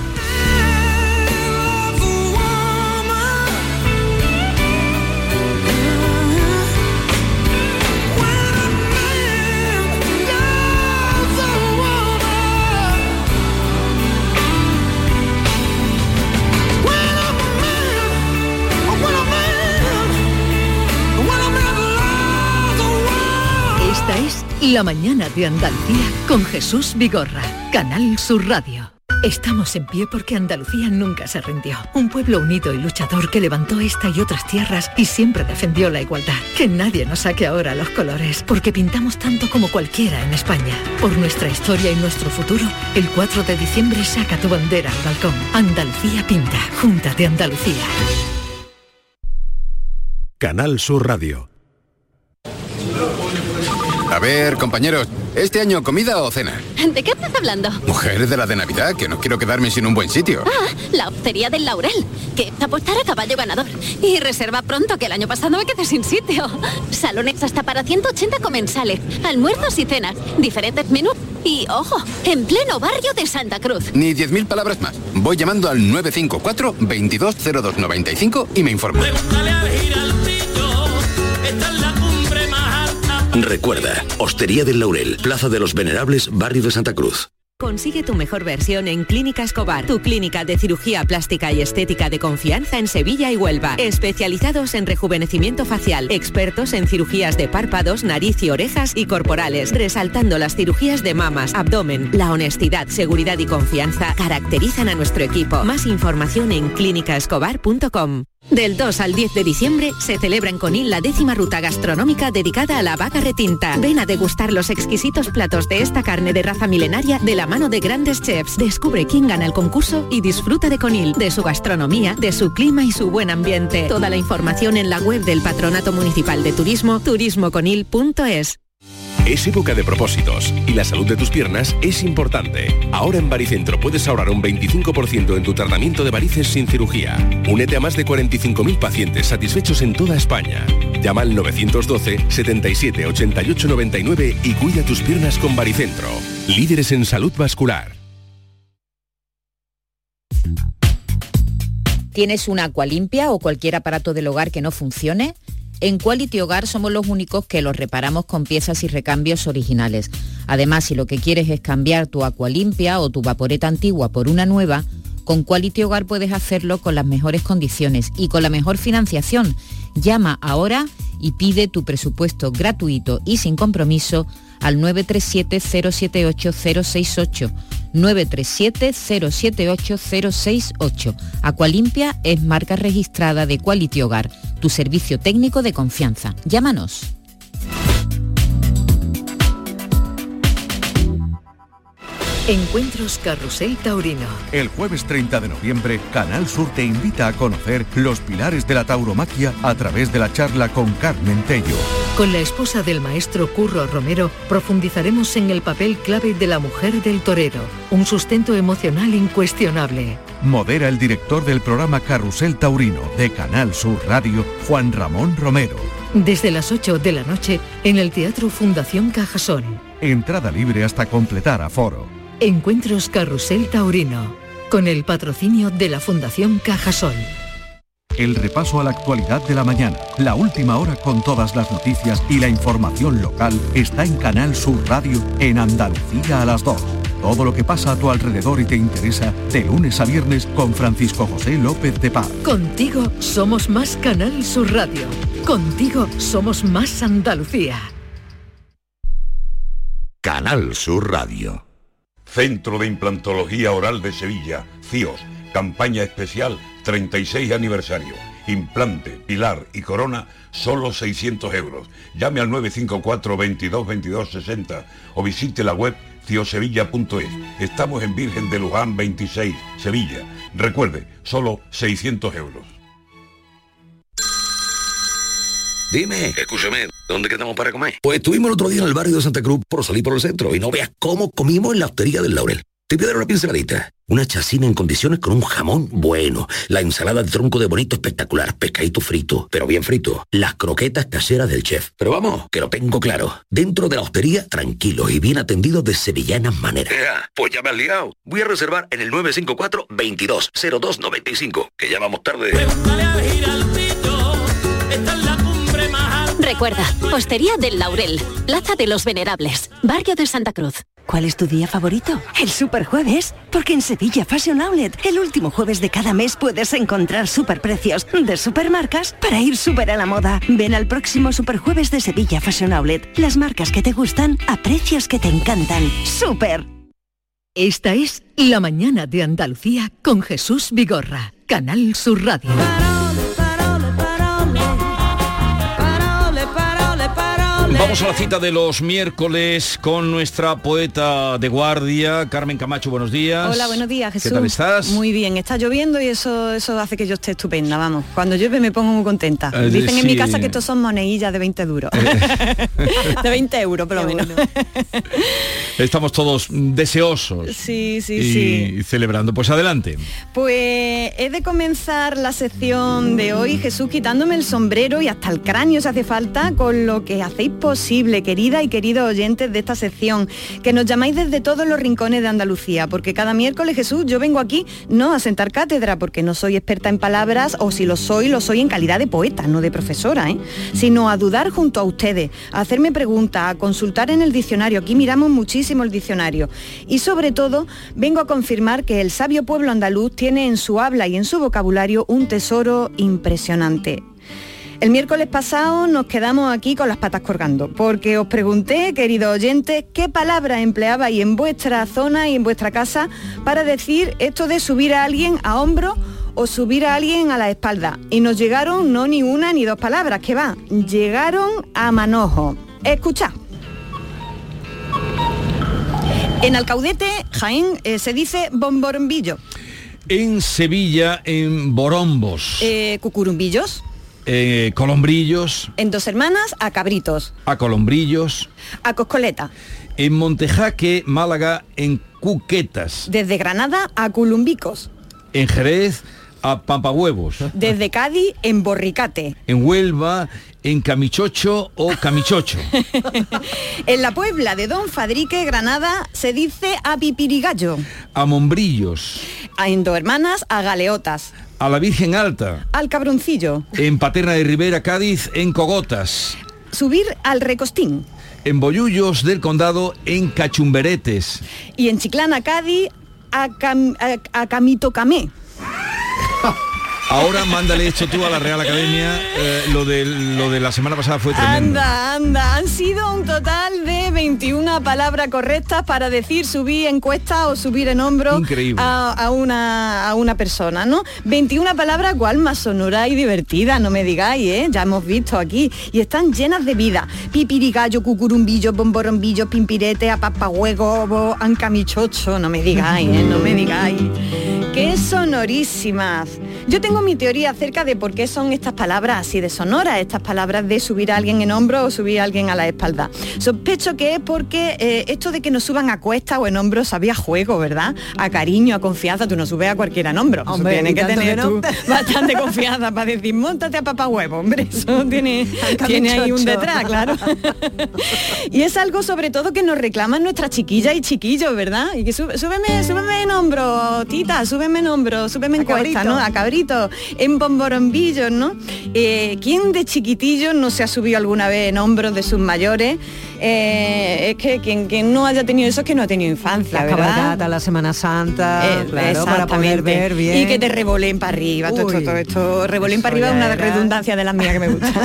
Esta es La Mañana de Andalucía con Jesús Vigorra, Canal Sur Radio. Estamos en pie porque Andalucía nunca se rindió. Un pueblo unido y luchador que levantó esta y otras tierras y siempre defendió la igualdad. Que nadie nos saque ahora los colores, porque pintamos tanto como cualquiera en España. Por nuestra historia y nuestro futuro, el 4 de diciembre saca tu bandera al balcón. Andalucía pinta, Junta de Andalucía. Canal Sur Radio. A ver, compañeros, ¿este año comida o cena? ¿De qué estás hablando? Mujer, de la de Navidad, que no quiero quedarme sin un buen sitio. Ah, la hostería del Laurel, que es apostar a caballo ganador. Y reserva pronto, que el año pasado me quedé sin sitio. Salones hasta para 180 comensales, almuerzos y cenas, diferentes menús. Y, ojo, en pleno barrio de Santa Cruz. Ni 10.000 palabras más. Voy llamando al 954 220295 y me informo. Recuerda, Hostería del Laurel, Plaza de los Venerables, barrio de Santa Cruz. Consigue tu mejor versión en Clínica Escobar, tu clínica de cirugía plástica y estética de confianza en Sevilla y Huelva. Especializados en rejuvenecimiento facial, expertos en cirugías de párpados, nariz y orejas y corporales, resaltando las cirugías de mamas, abdomen. La honestidad, seguridad y confianza caracterizan a nuestro equipo. Más información en clínicaescobar.com. Del 2 al 10 de diciembre se celebra en Conil la 10ª ruta gastronómica dedicada a la vaca retinta. Ven a degustar los exquisitos platos de esta carne de raza milenaria de la mano de grandes chefs. Descubre quién gana el concurso y disfruta de Conil, de su gastronomía, de su clima y su buen ambiente. Toda la información en la web del Patronato Municipal de Turismo, turismoconil.es. Es época de propósitos y la salud de tus piernas es importante. Ahora en Baricentro puedes ahorrar un 25% en tu tratamiento de varices sin cirugía. Únete a más de 45.000 pacientes satisfechos en toda España. Llama al 912 77 88 99 y cuida tus piernas con Baricentro. Líderes en salud vascular. ¿Tienes una Aqualimpia o cualquier aparato del hogar que no funcione? En Quality Hogar somos los únicos que los reparamos con piezas y recambios originales. Además, si lo que quieres es cambiar tu Aqualimpia o tu vaporeta antigua por una nueva, con Quality Hogar puedes hacerlo con las mejores condiciones y con la mejor financiación. Llama ahora y pide tu presupuesto gratuito y sin compromiso al 937-078-068. 937-078-068. Aqualimpia es marca registrada de Quality Hogar, tu servicio técnico de confianza. Llámanos. Encuentros Carrusel Taurino. El jueves 30 de noviembre, Canal Sur te invita a conocer los pilares de la tauromaquia a través de la charla con Carmen Tello. Con la esposa del maestro Curro Romero profundizaremos en el papel clave de la mujer del torero, un sustento emocional incuestionable. Modera el director del programa Carrusel Taurino de Canal Sur Radio, Juan Ramón Romero. Desde las 8 de la noche en el Teatro Fundación Cajasol. Entrada libre hasta completar aforo. Encuentros Carrusel Taurino, con el patrocinio de la Fundación Cajasol. El repaso a la actualidad de la mañana, la última hora con todas las noticias y la información local está en Canal Sur Radio en Andalucía a las 2. Todo lo que pasa a tu alrededor y te interesa de lunes a viernes con Francisco José López de Paz. Contigo somos más Canal Sur Radio. Contigo somos más Andalucía. Canal Sur Radio. Centro de Implantología Oral de Sevilla, CIOS, campaña especial 36 aniversario. Implante, pilar y corona, solo 600 euros. Llame al 954 22 22 60 o visite la web ciosevilla.es. Estamos en Virgen de Luján 26, Sevilla. Recuerde, solo 600 euros. Dime, escúchame, ¿dónde quedamos para comer? Pues estuvimos el otro día en el barrio de Santa Cruz por salir por el centro y no veas cómo comimos en la Hostería del Laurel. Te voy a dar una pinceladita. Una chacina en condiciones con un jamón bueno. La ensalada de tronco de bonito espectacular. Pescadito frito, pero bien frito. Las croquetas caseras del chef. Pero vamos, que lo tengo claro. Dentro de la hostería, tranquilos y bien atendidos de sevillanas maneras. Pues ya me has liado. Voy a reservar en el 954 22 02 95, que ya vamos tarde. Recuerda, Hostería del Laurel, Plaza de los Venerables, Barrio de Santa Cruz. ¿Cuál es tu día favorito? El Superjueves, porque en Sevilla Fashion Outlet, el último jueves de cada mes puedes encontrar superprecios de supermarcas para ir súper a la moda. Ven al próximo Superjueves de Sevilla Fashion Outlet. Las marcas que te gustan a precios que te encantan. ¡Súper! Esta es La Mañana de Andalucía con Jesús Vigorra, Canal Sur Radio. Vamos a la cita de los miércoles con nuestra poeta de guardia, Carmen Camacho, buenos días. Hola, buenos días, Jesús. ¿Qué tal estás? Muy bien, está lloviendo y eso hace que yo esté estupenda, vamos. Cuando llueve me pongo muy contenta. Dicen sí. En mi casa que estos son monedillas de 20 duros. De 20 euros, por lo menos. Bueno. Estamos todos deseosos. Sí. Y celebrando. Pues adelante. Pues he de comenzar la sección de hoy, Jesús, quitándome el sombrero y hasta el cráneo si hace falta con lo que hacéis posible, querida y queridos oyentes de esta sección, que nos llamáis desde todos los rincones de Andalucía, porque cada miércoles, Jesús, yo vengo aquí no a sentar cátedra, porque no soy experta en palabras, o si lo soy en calidad de poeta, no de profesora, sino a dudar junto a ustedes, a hacerme preguntas, a consultar en el diccionario. Aquí miramos muchísimo el diccionario. Y sobre todo, vengo a confirmar que el sabio pueblo andaluz tiene en su habla y en su vocabulario un tesoro impresionante. El miércoles pasado nos quedamos aquí con las patas colgando, porque os pregunté, queridos oyentes, qué palabra empleabais en vuestra zona y en vuestra casa para decir esto de subir a alguien a hombro o subir a alguien a la espalda. Y nos llegaron no ni una ni dos palabras, que va, llegaron a manojo. Escuchad. En Alcaudete, Jaén, se dice bomborombillo. En Sevilla, en borombos. ¿Cucurumbillos? Colombrillos. En Dos Hermanas, a Cabritos. A Colombrillos. A Coscoleta. En Montejaque, Málaga, en Cuquetas. Desde Granada a Culumbicos. En Jerez, a Pampahuevos. Desde Cádiz, en Borricate. En Huelva, en Camichocho o Camichocho. En la Puebla de Don Fadrique, Granada, se dice a Pipirigallo. A Mombrillos. En Dos Hermanas, a Galeotas. A la Virgen Alta. Al Cabroncillo. En Paterna de Ribera, Cádiz, en Cogotas. Subir al Recostín. En Bollullos del Condado, en Cachumberetes. Y en Chiclana, Cádiz, a Camitocamé. Ahora mándale esto tú a la Real Academia, lo de la semana pasada fue tremendo. Anda, han sido un total de 21 palabras correctas para decir subir en cuesta o subir en hombro a una persona, ¿no? 21 palabras, cual más sonora y divertida, no me digáis, ¿eh? Ya hemos visto aquí, y están llenas de vida. Pipirigallo, cucurumbillo, bomborombillo, pimpirete, apapahuevo, ancamichocho, no me digáis, no me digáis. ¡Qué sonorísimas! Yo tengo mi teoría acerca de por qué son estas palabras así de sonoras, estas palabras de subir a alguien en hombro o subir a alguien a la espalda. Sospecho que es porque esto de que nos suban a cuesta o en hombro sabía juego, ¿verdad? A cariño, a confianza, tú no subes a cualquiera en hombro. Hombre, tienes que tener tú bastante confianza para decir, móntate a papahuevo, hombre, eso tiene ahí un detrás, claro. Y es algo sobre todo que nos reclaman nuestras chiquillas y chiquillos, ¿verdad? Y que súbeme en hombro, tita, súbeme en hombro, súbeme en cuesta, ¿no? A cabrito, en bomborombillos, ¿no? ¿Quién de chiquitillos no se ha subido alguna vez en hombros de sus mayores? Es que quien no haya tenido eso es que no ha tenido infancia, la ¿verdad? cabalgata, la Semana Santa, claro, para poder ver bien. Y que te revoleen para arriba, todo esto revoleen para arriba es una redundancia de las mías que me gusta.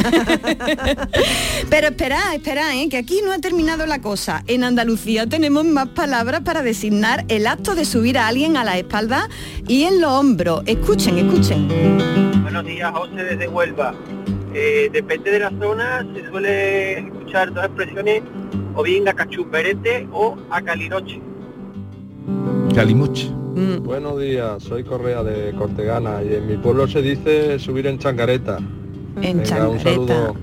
Pero espera, que aquí no ha terminado la cosa. En Andalucía tenemos más palabras para designar el acto de subir a alguien a la espalda y en los hombros. Escuchen. Buenos días, José desde Huelva. Depende de la zona, se suele escuchar dos expresiones, o bien a cachumberete o a calinoche. Calimoche. Buenos días, soy Correa de Cortegana y en mi pueblo se dice subir en changareta. Venga, un saludo.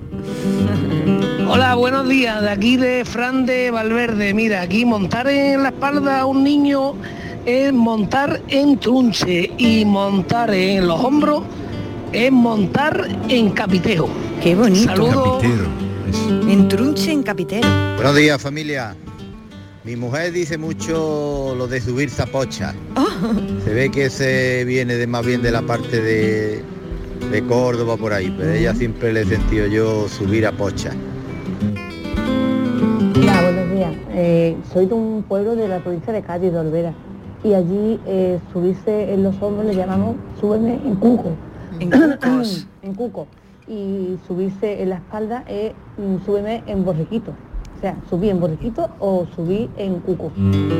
Hola, buenos días, de aquí de Fran de Valverde. Mira, aquí montar en la espalda a un niño es montar en trunche y montar en los hombros es montar en capiteo. Qué bonito. Saludos. En trunche, en capitero. Buenos días, familia. Mi mujer dice mucho lo de subir zapocha. Se ve que se viene más bien de la parte de Córdoba por ahí, pero ella siempre le he sentido yo subir a pocha. Hola, buenos días. Soy de un pueblo de la provincia de Cádiz, de Olvera, y allí subirse en los hombros le llamamos súbeme en cuco. En cucos. En cuco. Y subirse en la espalda es súbeme en borriquito. O sea, subí en borriquito o subí en cuco.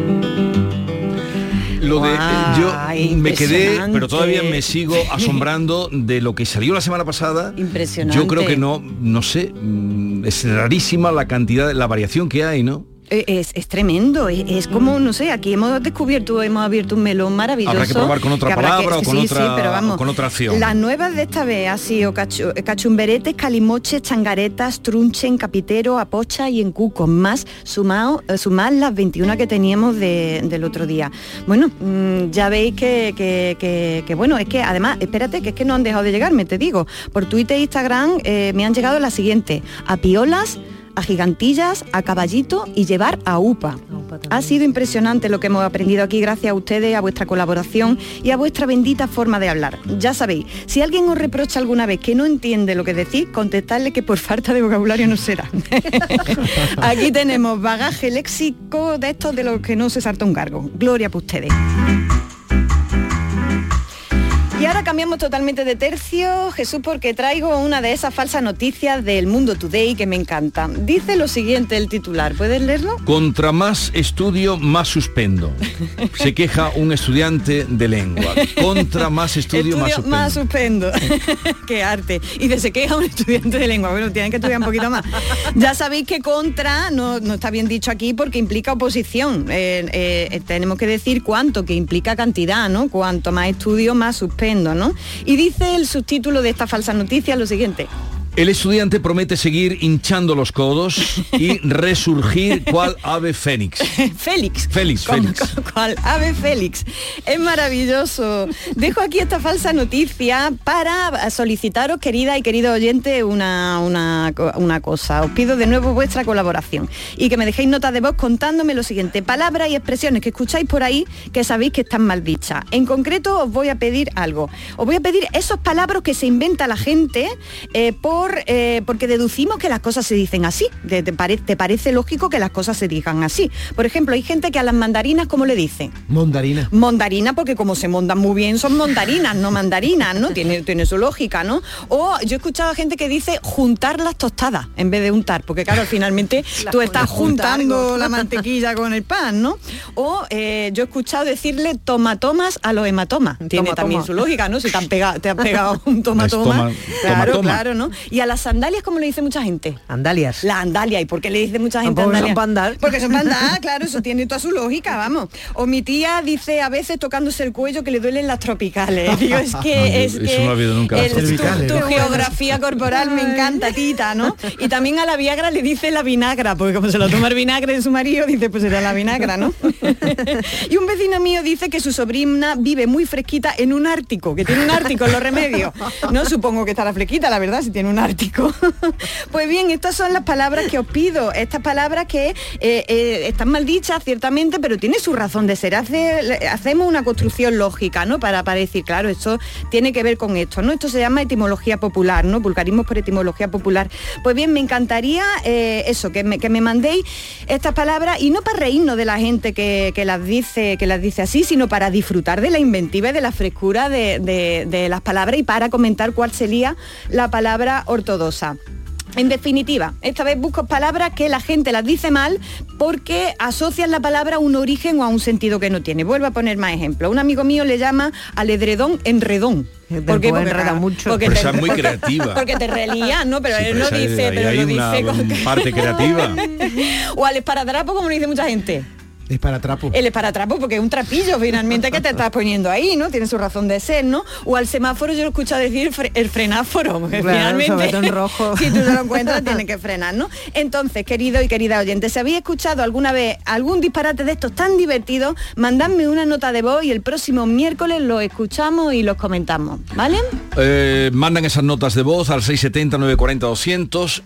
Lo de yo me quedé, pero todavía me sigo asombrando de lo que salió la semana pasada. Impresionante. Yo creo que no sé, es rarísima la cantidad, la variación que hay, ¿no? Es tremendo, es como, no sé, aquí hemos abierto un melón maravilloso. Habrá que probar con otra palabra o con otra acción. Las nuevas de esta vez ha sido cachumberetes, calimoches, changaretas, trunche, en capitero, apocha y en cuco, más sumar las 21 que teníamos del otro día. Bueno, ya veis que bueno, es que además, espérate, que es que no han dejado de llegarme, te digo. Por Twitter e Instagram me han llegado la siguiente: a piolas, a gigantillas, a caballito y llevar a upa. Ha sido impresionante lo que hemos aprendido aquí gracias a ustedes, a vuestra colaboración y a vuestra bendita forma de hablar. Ya sabéis, si alguien os reprocha alguna vez que no entiende lo que decís, contestadle que por falta de vocabulario no será. Aquí tenemos bagaje léxico de estos de los que no se salta un cargo. Gloria para ustedes. Y ahora cambiamos totalmente de tercio, Jesús, porque traigo una de esas falsas noticias del Mundo Today que me encanta. Dice lo siguiente el titular, ¿puedes leerlo? Contra más estudio, más suspendo. Se queja un estudiante de lengua. Contra más estudio, más suspendo. Qué arte. Y se queja un estudiante de lengua. Bueno, tienen que estudiar un poquito más. Ya sabéis que contra no está bien dicho aquí porque implica oposición. Tenemos que decir cuánto, que implica cantidad, ¿no? Cuanto más estudio, más suspendo. estupendo, ¿no? Y dice el subtítulo de esta falsa noticia lo siguiente: el estudiante promete seguir hinchando los codos y resurgir cual ave fénix. Félix. Félix. Cual ave Félix. Es maravilloso. Dejo aquí esta falsa noticia para solicitaros, querida y querido oyente, una cosa. Os pido de nuevo vuestra colaboración y que me dejéis nota de voz contándome lo siguiente: palabras y expresiones que escucháis por ahí que sabéis que están mal dichas. En concreto os voy a pedir algo. Os voy a pedir esos palabras que se inventa la gente porque deducimos que las cosas se dicen así. ¿Te parece lógico que las cosas se digan así? Por ejemplo, hay gente que a las mandarinas, ¿cómo le dicen? Mondarina. Mondarina, porque como se mondan muy bien son mondarinas, no mandarinas, ¿no? Tiene su lógica, ¿no? O yo he escuchado a gente que dice juntar las tostadas en vez de untar, porque claro, finalmente tú estás juntando la mantequilla con el pan, ¿no? O yo he escuchado decirle tomatomas a los hematomas. Tiene también su lógica, ¿no? Si te has pegado un tomatoma. Claro, ¿no? Y a las sandalias, ¿cómo le dice mucha gente? Andalias. La andalia. ¿Y por qué le dice mucha gente andalias? Porque son pandas, claro, eso tiene toda su lógica, vamos. O mi tía dice a veces tocándose el cuello que le duelen las tropicales. Digo, es que eso no ha habido nunca. Tu geografía corporal me encanta, tita, ¿no? Y también a la Viagra le dice la vinagra, porque como se lo toma el vinagre de su marido, dice, pues era la vinagra, ¿no? Y un vecino mío dice que su sobrina vive muy fresquita en un ártico, que tiene un ártico en Los Remedios. No supongo que estará fresquita, la verdad, si tiene un ártico. Pues bien, estas son las palabras que os pido, estas palabras que están mal dichas, ciertamente, pero tiene su razón de ser. Hacemos una construcción lógica, ¿no? Para decir, claro, esto tiene que ver con esto, ¿no? Esto se llama etimología popular, ¿no? Vulgarismos por etimología popular. Pues bien, me encantaría que me mandéis estas palabras, y no para reírnos de la gente que las dice así, sino para disfrutar de la inventiva y de la frescura de las palabras, y para comentar cuál sería la palabra ortodoxa. En definitiva, esta vez busco palabras que la gente las dice mal porque asocian la palabra a un origen o a un sentido que no tiene. Vuelvo a poner más ejemplos. Un amigo mío le llama al edredón enredón. ¿Por qué? Porque enreda mucho. Porque es muy creativa. Porque te relías, ¿no? Pero sí, él no dice, pero lo dice con parte creativa. O al esparadrapo, como lo dice mucha gente. Esparatrapo. El esparatrapo, porque es un trapillo finalmente que te estás poniendo ahí, ¿no? Tiene su razón de ser, ¿no? O al semáforo yo lo escucho decir el frenáforo, porque claro, finalmente en rojo. Si tú te lo encuentras tienes que frenar, ¿no? Entonces, querido y querida oyente, si habéis escuchado alguna vez algún disparate de estos tan divertidos, mandadme una nota de voz y el próximo miércoles lo escuchamos y los comentamos, ¿vale? Mandan esas notas de voz al 670-940-200,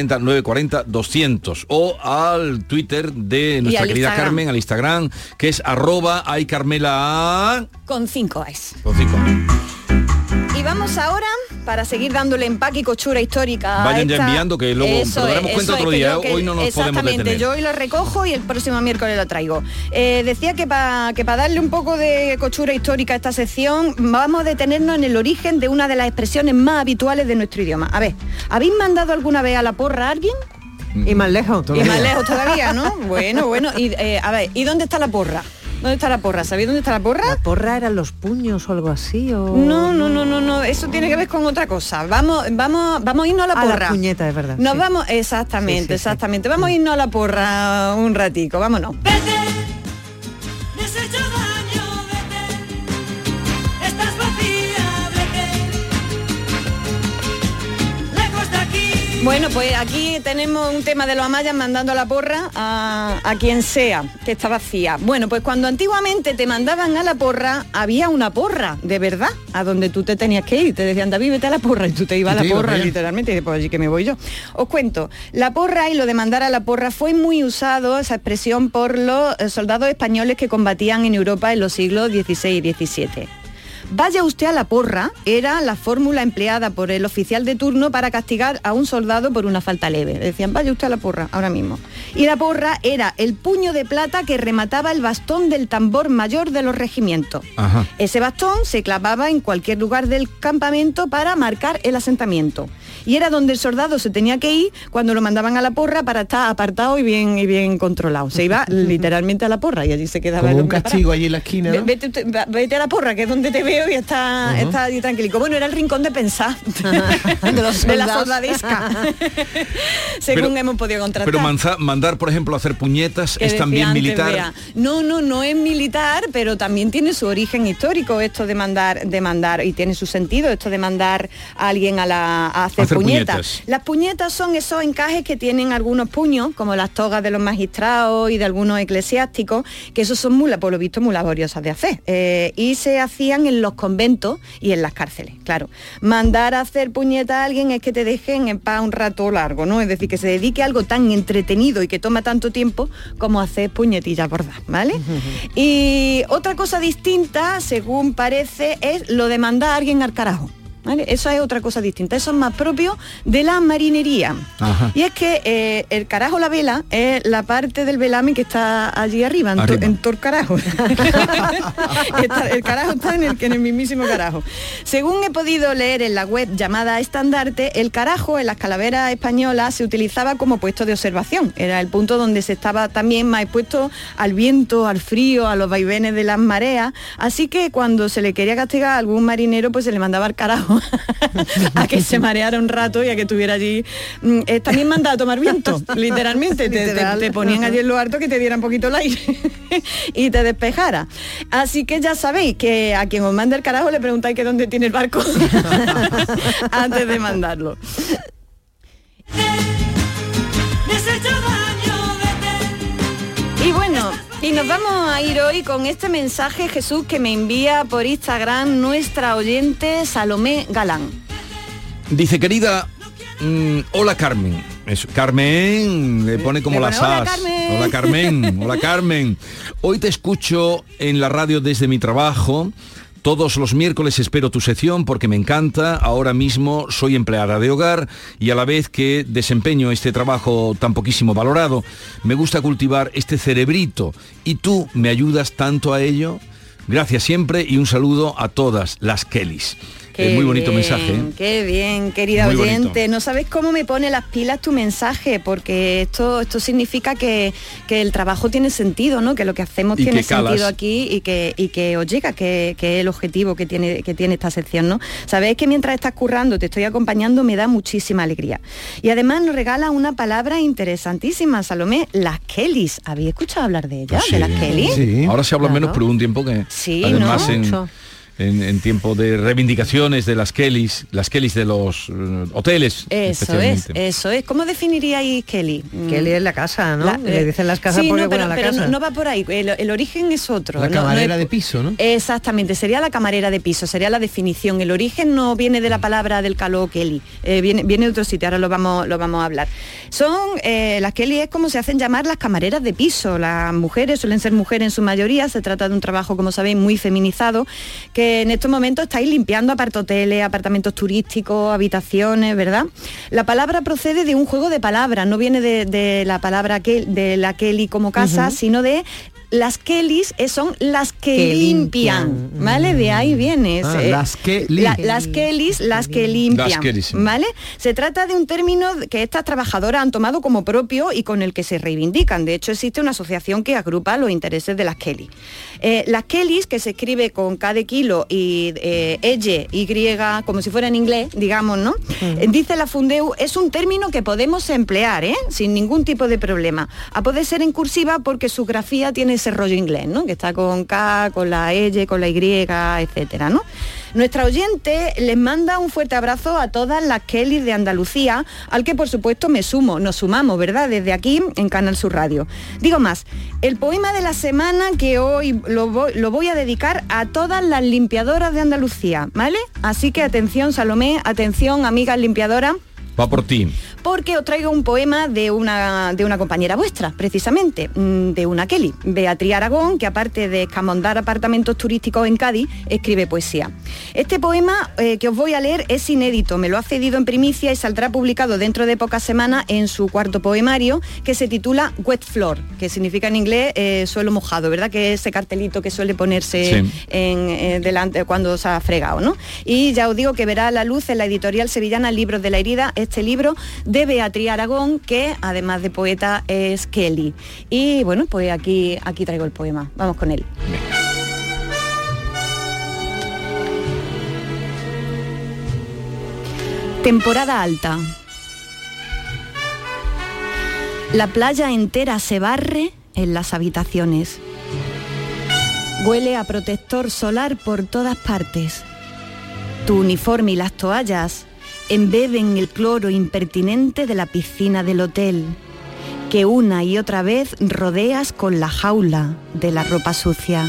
670-940-200 o al Twitter de nuestra querida Instagram. Carmen, al Instagram, que es @aycarmela con 5 A's. Con 5 A's. Y vamos ahora, para seguir dándole empaque y cochura histórica. Vayan ya enviando, que luego daremos cuenta otro día. Hoy no nos podemos detener. Exactamente, yo hoy lo recojo y el próximo miércoles lo traigo. Decía que para darle un poco de cochura histórica a esta sección, vamos a detenernos en el origen de una de las expresiones más habituales de nuestro idioma. A ver, ¿habéis mandado alguna vez a la porra a alguien? Y más lejos todavía. Y más lejos todavía, ¿no? Bueno. Y, a ver, ¿y dónde está la porra? ¿Dónde está la porra? ¿Sabéis dónde está la porra? ¿La porra eran los puños o algo así? ¿O? No, eso tiene que ver con otra cosa. Vamos a irnos a la porra. A la puñeta, es verdad. Nos vamos, exactamente. Vamos a irnos a la porra un ratico, vámonos. Bueno, pues aquí tenemos un tema de los amayas mandando a la porra a quien sea, que está vacía. Bueno, pues cuando antiguamente te mandaban a la porra, había una porra, de verdad, a donde tú te tenías que ir. Te decían, David, vete a la porra, y tú te ibas a la porra, literalmente, y después allí que me voy yo. Os cuento, la porra y lo de mandar a la porra fue muy usado, esa expresión, por los soldados españoles que combatían en Europa en los siglos XVI y XVII. Vaya usted a la porra era la fórmula empleada por el oficial de turno para castigar a un soldado por una falta leve. Le decían, vaya usted a la porra, ahora mismo. Y la porra era el puño de plata que remataba el bastón del tambor mayor de los regimientos. Ajá. Ese bastón se clavaba en cualquier lugar del campamento para marcar el asentamiento. Y era donde el soldado se tenía que ir cuando lo mandaban a la porra para estar apartado y bien controlado. Se iba literalmente a la porra y allí se quedaba como el hombre un castigo parado. Allí en la esquina, ¿no? Vete a la porra, que es donde te veo feo y está allí tranquilico. Bueno, era el rincón de pensar de la soldadesca. Según hemos podido contratar. Pero mandar, por ejemplo, a hacer puñetas es también militar. Bea. No es militar, pero también tiene su origen histórico esto de mandar, y tiene su sentido esto de mandar a alguien a hacer puñetas. Las puñetas son esos encajes que tienen algunos puños, como las togas de los magistrados y de algunos eclesiásticos, que esos son por lo visto muy laboriosas de hacer. Y se hacían en los conventos y en las cárceles, claro. Mandar a hacer puñetas a alguien es que te dejen en paz un rato largo, ¿no? Es decir, que se dedique a algo tan entretenido y que toma tanto tiempo como hacer puñetillas bordadas, ¿vale? Y otra cosa distinta, según parece, es lo de mandar a alguien al carajo. ¿Vale? Eso es otra cosa distinta, eso es más propio de la marinería. Ajá. Y es que el carajo, la vela, es la parte del velame que está allí arriba. En todo el carajo. El carajo está en el mismísimo carajo. Según he podido leer en la web llamada Estandarte, el carajo en las calaveras españolas se utilizaba como puesto de observación. Era el punto donde se estaba también más expuesto al viento, al frío, a los vaivenes de las mareas. Así que cuando se le quería castigar a algún marinero, pues se le mandaba al carajo a que se mareara un rato y a que estuviera allí. También mandaba a tomar viento, literalmente. Te ponían allí en lo alto que te diera un poquito el aire y te despejara. Así que ya sabéis que a quien os mande el carajo le preguntáis que dónde tiene el barco antes de mandarlo. Y bueno, y nos vamos a ir hoy con este mensaje, Jesús, que me envía por Instagram nuestra oyente Salomé Galán. Dice, querida, hola Carmen. Carmen le pone como las as. Hola Carmen. Hola Carmen. Hoy te escucho en la radio desde mi trabajo. Todos los miércoles espero tu sección porque me encanta. Ahora mismo soy empleada de hogar y a la vez que desempeño este trabajo tan poquísimo valorado, me gusta cultivar este cerebrito y tú me ayudas tanto a ello. Gracias siempre y un saludo a todas las Kellys. Muy bonito mensaje, ¿eh? Qué bien, querida muy oyente. Bonito. No sabes cómo me pone las pilas tu mensaje, porque esto significa que el trabajo tiene sentido, ¿no? Que lo que hacemos tiene sentido aquí y que os llega, que es el objetivo que tiene esta sección, ¿no? Sabéis que mientras estás currando, te estoy acompañando, me da muchísima alegría. Y además nos regala una palabra interesantísima, Salomé, las Kellys. ¿Habéis escuchado hablar de ellas, de las Kellys? Sí. Ahora se habla menos, pero hubo un tiempo que sí, además en tiempo de reivindicaciones de las Kellys de los hoteles. Eso es. ¿Cómo definiríais Kelly? Kelly es la casa, ¿no? Le dicen las casas porque pero la casa. No va por ahí. El origen es otro. La camarera de piso, ¿no? Exactamente, sería la camarera de piso, sería la definición. El origen no viene de la palabra del caló Kelly, viene de otro sitio, ahora lo vamos a hablar. Las Kelly es como se hacen llamar las camareras de piso. Las mujeres suelen ser mujeres en su mayoría, se trata de un trabajo, como sabéis, muy feminizado, que en estos momentos estáis limpiando apartoteles, apartamentos turísticos, habitaciones, ¿verdad? La palabra procede de un juego de palabras, no viene de la palabra de la Kelly como casa, sino de las Kellys son las que limpian, ¿vale? De ahí viene. Las Kellys, las que limpian, ¿vale? Se trata de un término que estas trabajadoras han tomado como propio y con el que se reivindican. De hecho, existe una asociación que agrupa los intereses de las Kelly. Las Kellys, que se escribe con K de kilo y Y, como si fuera en inglés, digamos, ¿no? Dice la Fundeu, es un término que podemos emplear, sin ningún tipo de problema. A poder ser en cursiva porque su grafía tiene ese rollo inglés, ¿no? Que está con K, con la Y, con la Y, etcétera, ¿no? Nuestra oyente les manda un fuerte abrazo a todas las Kellys de Andalucía, al que por supuesto nos sumamos, ¿verdad? Desde aquí en Canal Sur Radio. Digo más, el poema de la semana que hoy lo voy a dedicar a todas las limpiadoras de Andalucía, ¿vale? Así que atención, Salomé, atención, amigas limpiadoras. Va por ti. Porque os traigo un poema de una compañera vuestra, precisamente, de una Kelly, Beatriz Aragón, que aparte de escamondar apartamentos turísticos en Cádiz, escribe poesía. Este poema que os voy a leer es inédito, me lo ha cedido en primicia y saldrá publicado dentro de pocas semanas en su cuarto poemario, que se titula Wet Floor, que significa en inglés suelo mojado, ¿verdad? Que es ese cartelito que suele ponerse delante cuando se ha fregado, ¿no? Y ya os digo que verá la luz en la editorial sevillana Libros de la Herida, este libro de Beatriz Aragón, que además de poeta es Kelly. Y bueno, pues aquí traigo el poema. Vamos con él. Temporada alta. La playa entera se barre en las habitaciones. Huele a protector solar por todas partes. Tu uniforme y las toallas embeben el cloro impertinente de la piscina del hotel, que una y otra vez rodeas con la jaula de la ropa sucia.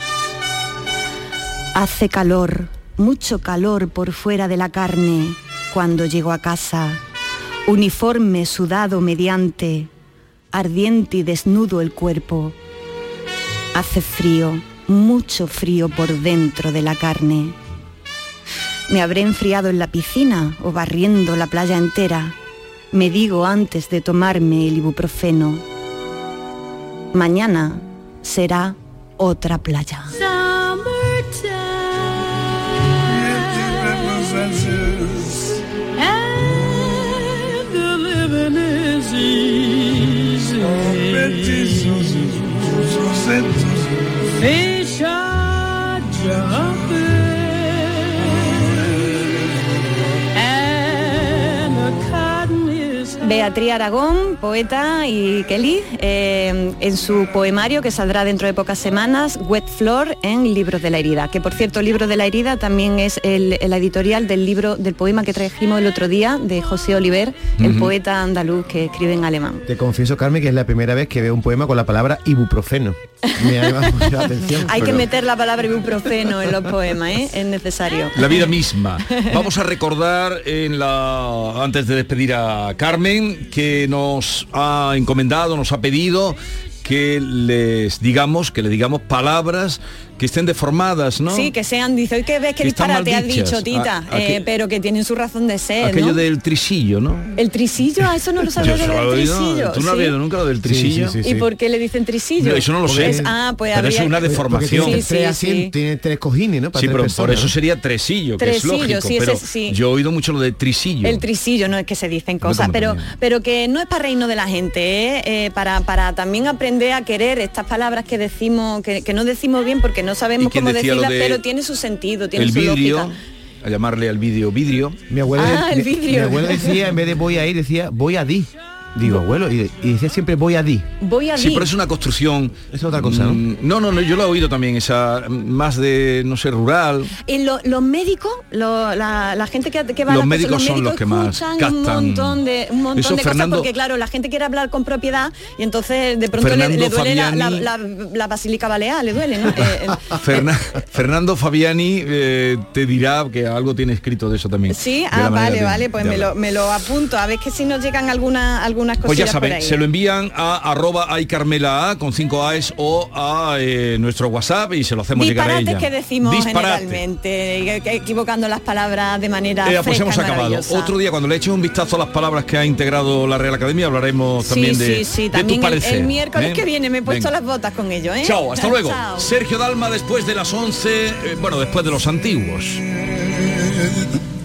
Hace calor, mucho calor por fuera de la carne cuando llego a casa. Uniforme sudado mediante, ardiente y desnudo el cuerpo. Hace frío, mucho frío por dentro de la carne. Me habré enfriado en la piscina o barriendo la playa entera, me digo antes de tomarme el ibuprofeno. Mañana será otra playa. Beatriz Aragón, poeta, y Kelly, en su poemario que saldrá dentro de pocas semanas, Wet Floor, en Libros de la Herida, que por cierto, Libros de la Herida también es la editorial del libro, del poema que trajimos el otro día, de José Oliver, el poeta andaluz que escribe en alemán. Te confieso, Carmen, que es la primera vez que veo un poema con la palabra ibuprofeno. Me ha llamado mucho la atención. Hay que meter la palabra ibuprofeno en los poemas, es necesario. La vida misma. Vamos a recordar antes de despedir a Carmen, que nos ha encomendado, nos ha pedido que le digamos palabras que estén deformadas, ¿no? Sí, que sean, dice, hoy que ves que disparate has dicho, Tita, pero que tienen su razón de ser, aquello, ¿no? Del trisillo, ¿no? El trisillo, eso no lo sabía yo del trisillo. ¿Tú no has oído nunca lo del trisillo? Sí. ¿Y por qué le dicen trisillo? No, eso no lo sé. Pero eso es una deformación. Tiene tres cojines, ¿no? Para sí, pero por eso sería tresillo, que es lógico. Pero yo he oído mucho lo de trisillo. El trisillo, no es que se dicen cosas, pero que no es para reino de la gente, para también aprender a querer estas palabras que decimos, que no decimos bien porque no sabemos cómo decirlas, pero tiene su sentido, tiene su lógica. A llamarle al vidrio. Mi abuela decía, en vez de voy a ir, decía voy a di. Digo, abuelo, y decía siempre voy a di. Sí, pero es una construcción. Es otra cosa, ¿no? No, yo lo he oído también, esa más de, no sé, rural. En los médicos, la gente que va los a la médicos son los que más captan. Un montón de cosas, porque claro, la gente quiere hablar con propiedad y entonces de pronto le duele la basílica balear, le duele, ¿no? Fernando Fabiani te dirá que algo tiene escrito de eso también. Sí, vale, pues me lo apunto, a ver que si nos llegan algunas pues ya saben, se lo envían a @aycarmela con 5 A's o a nuestro WhatsApp y se lo hacemos llegar a ella. Disparates que decimos generalmente, equivocando las palabras de manera fresca, pues hemos acabado. Otro día, cuando le eches un vistazo a las palabras que ha integrado la Real Academia, hablaremos también de también tu parecer. El miércoles que viene me he puesto las botas con ello. Chao, hasta luego. Chao. Sergio Dalma después de las 11, después de los antiguos.